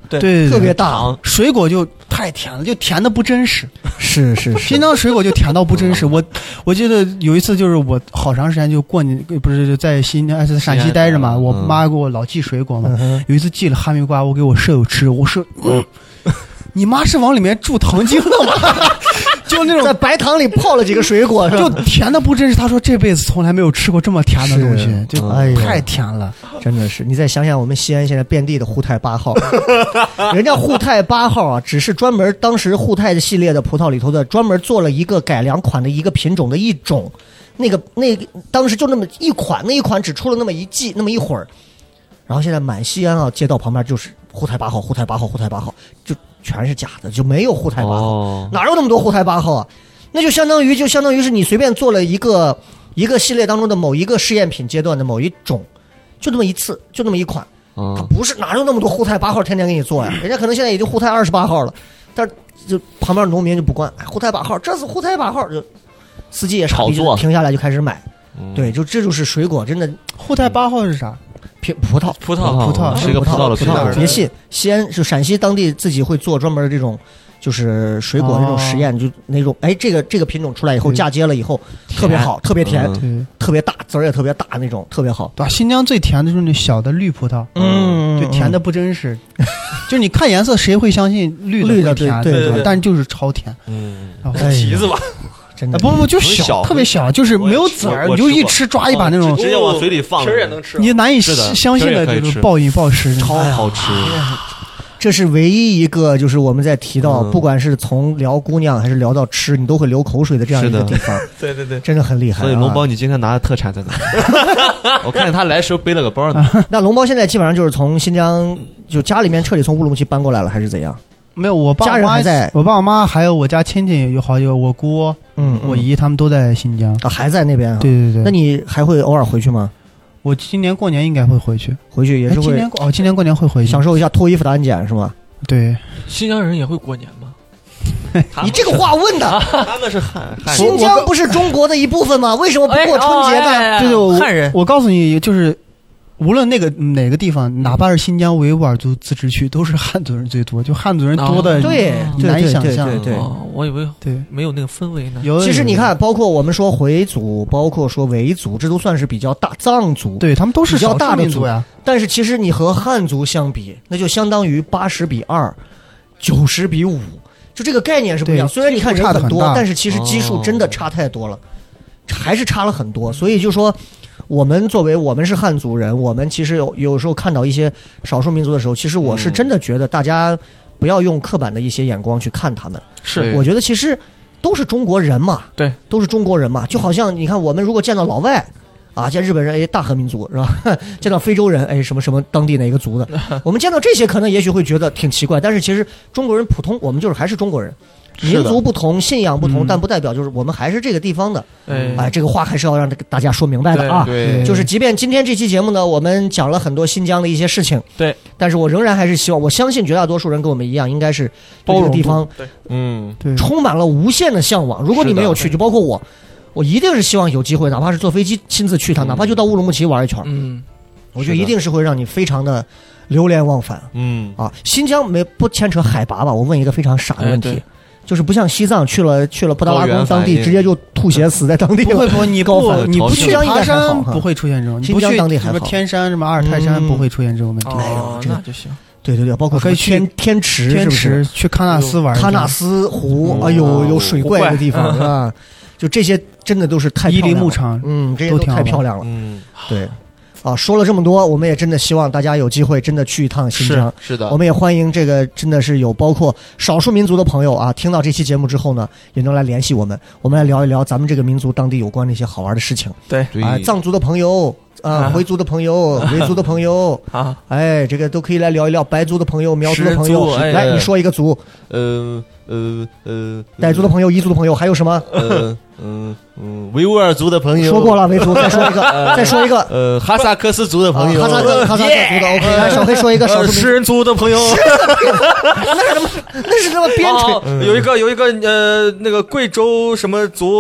对对， 特别大， 水果就太甜了，就甜的不真实。 是是是， 新疆水果就甜到不真实。我我记得有一次，就是我好长时间就过年，不是在新疆在陕西待着嘛，我妈给我老寄水果嘛。有一次寄了哈密瓜，我给我舍友吃，我说。你妈是往里面注糖精的吗？就那种在白糖里泡了几个水果， 就甜的不真实。他说这辈子从来没有吃过这么甜的东西，就太甜了， 真的是。你再想想，我们西安现在遍地的沪太八号，人家沪太八号啊，只是专门当时沪太的系列的葡萄里头的专门做了一个改良款的一个品种的一种，那个那个当时就那么一款，那一款只出了那么一季，那么一会儿，然后现在满西安啊街道旁边就是沪太八号，沪太八号，沪太八号，就。全是假的，就没有沪太八号，哦、哪有那么多沪太八号啊？那就相当于就相当于是你随便做了一个一个系列当中的某一个试验品阶段的某一种，就那么一次，就那么一款，哦、它不是哪有那么多沪太八号天天给你做呀？人家可能现在已经沪太二十八号了，但是就旁边农民就不惯，哎，沪太八号，这是沪太八号，就司机也傻逼，停下来就开始买，嗯、对，就这就是水果，真的。 沪太八号是啥？ 葡萄， 葡萄， 葡萄是一个葡萄的葡萄。别信，西安是陕西当地自己会做专门的这种，就是水果那种实验，就那种哎，这个这个品种出来以后嫁接了以后特别好，特别甜，特别大，籽儿也特别大那种，特别好。 对，新疆最甜的就是那小的绿葡萄，嗯，就甜的不真实，就你看颜色谁会相信绿的会甜？对对，但就是超甜。 嗯，提子吧。 真的不不就小，特别小，就是没有籽儿，你就一吃抓一把那种， 直接往嘴里放， 皮儿也能吃。 你难以相信的就是暴饮暴食， 超好吃。 这是唯一一个，就是我们在提到，不管是从聊姑娘还是聊到吃，你都会流口水的这样一个地方。 对对对， 真的很厉害。 所以龙包，你今天拿的特产在哪？我看见他来时候背了个包呢。 那龙包现在基本上就是从新疆，就家里面彻底从乌鲁木齐搬过来了，还是怎样？ 没有，我爸家人还在， 我爸我妈还有我家亲戚有好几个，我姑、嗯，我姨他们都在新疆啊，还在那边、啊。 对对对。 那你还会偶尔回去吗？ 我今年过年应该会回去， 回去也是会。 今年哦，今年过年会回去， 享受一下脱衣服的安检是吗？ 对。 新疆人也会过年吗？ 你这个话问的， 他们是汉汉。 新疆不是中国的一部分吗？为什么不过春节呢？ 哎哦、 对对，我汉人。 我告诉你，就是。无论那个哪个地方，哪怕是新疆维吾尔族自治区，都是汉族人最多，就汉族人多的， 对， 难以想象。 对对， 我以为对没有那个氛围呢。 其实你看，包括我们说回族，包括说维族，这都算是比较大藏族， 对他们都是比较大的族呀。但是其实你和汉族相比，那就相当于八十比二，九十比五，就这个概念是不一样。虽然你看人很多，但是其实基数真的差太多了，还是差了很多。所以就说。我们作为我们是汉族人，我们其实有有时候看到一些少数民族的时候，其实我是真的觉得大家不要用刻板的一些眼光去看他们。 是， 我觉得其实都是中国人嘛， 对， 都是中国人嘛。就好像你看，我们如果见到老外啊，见日本人，哎，大和民族是吧？见到非洲人，哎，什么什么当地哪个族的，我们见到这些可能也许会觉得挺奇怪，但是其实中国人普通，我们就是还是中国人。民族不同，信仰不同，但不代表就是我们还是这个地方的。哎，这个话还是要让大家说明白的啊。就是即便今天这期节目呢，我们讲了很多新疆的一些事情， 对，但是我仍然还是希望，我相信绝大多数人跟我们一样，应该是对这个地方， 嗯， 对，充满了无限的向往。如果你没有去，就包括我，我一定是希望有机会，哪怕是坐飞机亲自去一趟，哪怕就到乌鲁木齐玩一圈，嗯，我觉得一定是会让你非常的流连忘返。嗯啊，新疆没不牵扯海拔吧？我问一个非常傻的问题。就是不像西藏去了去了布达拉宫当地，直接就吐血死在当地了。 不会不会，你不你不去爬山不会出现这种， 新疆当地还好。 什么天山什么阿尔泰山不会出现这种问题。 哦，那就行。 对对对，包括可以去天天池， 天池去喀纳斯玩， 喀纳斯湖啊，有有水怪的地方是吧？就这些真的都是太伊犁牧场， 嗯，这些都太漂亮了。嗯，对。啊，说了这么多，我们也真的希望大家有机会真的去一趟新疆。 是, 是的， 我们也欢迎这个真的是有包括少数民族的朋友啊，听到这期节目之后呢，也能来联系我们，我们来聊一聊咱们这个民族当地有关的一些好玩的事情。 对啊，藏族的朋友啊，回族的朋友，维族的朋友啊，哎，这个都可以来聊一聊。白族的朋友，苗族的朋友， 哎、 来你说一个族。 呃呃呃， 傣族的朋友，彝族的朋友，还有什么？ 呃嗯嗯，维吾尔族的朋友说过了，维族再说一个，呃、再说一个。 呃，哈萨克斯族的朋友， 啊、哈萨克哈萨克族的 OK。来，小黑说一个少数民族。 食人族的朋友。 那是什么？那是什么边陲？ 哦、有一个有一个呃，那个贵州什么族。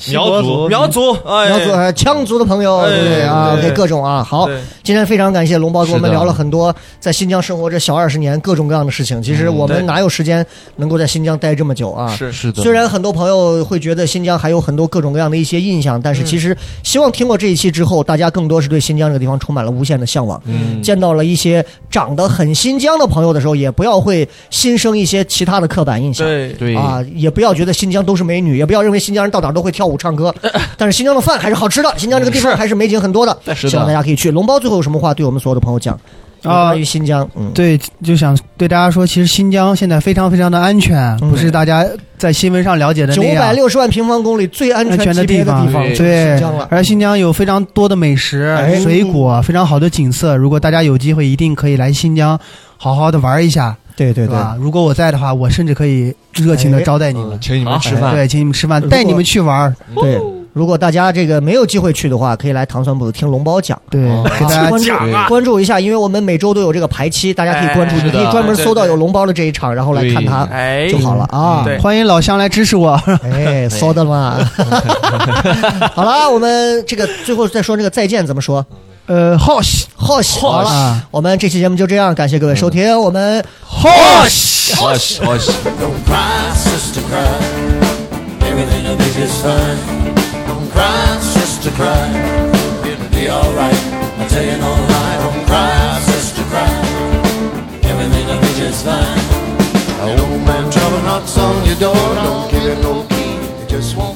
苗族苗族哎苗族还羌族的朋友，对不对啊？给各种啊。好，今天非常感谢龙包给我们聊了很多在新疆生活这小二十年各种各样的事情。其实我们哪有时间能够在新疆待这么久啊？ 是是的。 虽然很多朋友会觉得新疆还有很多各种各样的一些印象，但是其实希望听过这一期之后，大家更多是对新疆这个地方充满了无限的向往。嗯，见到了一些长得很新疆的朋友的时候，也不要会心生一些其他的刻板印象。 对对啊，也不要觉得新疆都是美女，也不要认为新疆人到哪都会跳舞唱歌。但是新疆的饭还是好吃的，新疆这个地方还是美景很多的，希望大家可以去。龙包最后有什么话对我们所有的朋友讲？啊，关于新疆，嗯， 对，就想对大家说，其实新疆现在非常非常的安全，嗯、不是大家在新闻上了解的那样。 九百六十万平方公里最安全的地方， 对， 而新疆有非常多的美食、哎、水果，非常好的景色。如果大家有机会，一定可以来新疆好好的玩一下。 对对对， 如果我在的话，我甚至可以热情的招待你们， 哎、请你们吃饭， 对，请你们吃饭，带你们去玩。 对。如果大家这个没有机会去的话，可以来糖酸铺子听龙包讲， 对， 哦、给大家关注、啊、关注一下，因为我们每周都有这个排期，大家可以关注，哎、你可以专门搜到有龙包的这一场，然后来看他就好了啊。 对，欢迎老乡来支持我。 哎，搜的嘛。好了，我们这个最后再说这个再见怎么说？ 呃，好西好西，好了，啊、我们这期节目就这样，感谢各位收听，我们好西好西好西。 Cry, sister, cry. It'll be alright. I tell you no lie. Don't cry, sister, cry. Everything'll be just fine. A old man trouble knocks on your door. Don't give it no key. You just won't.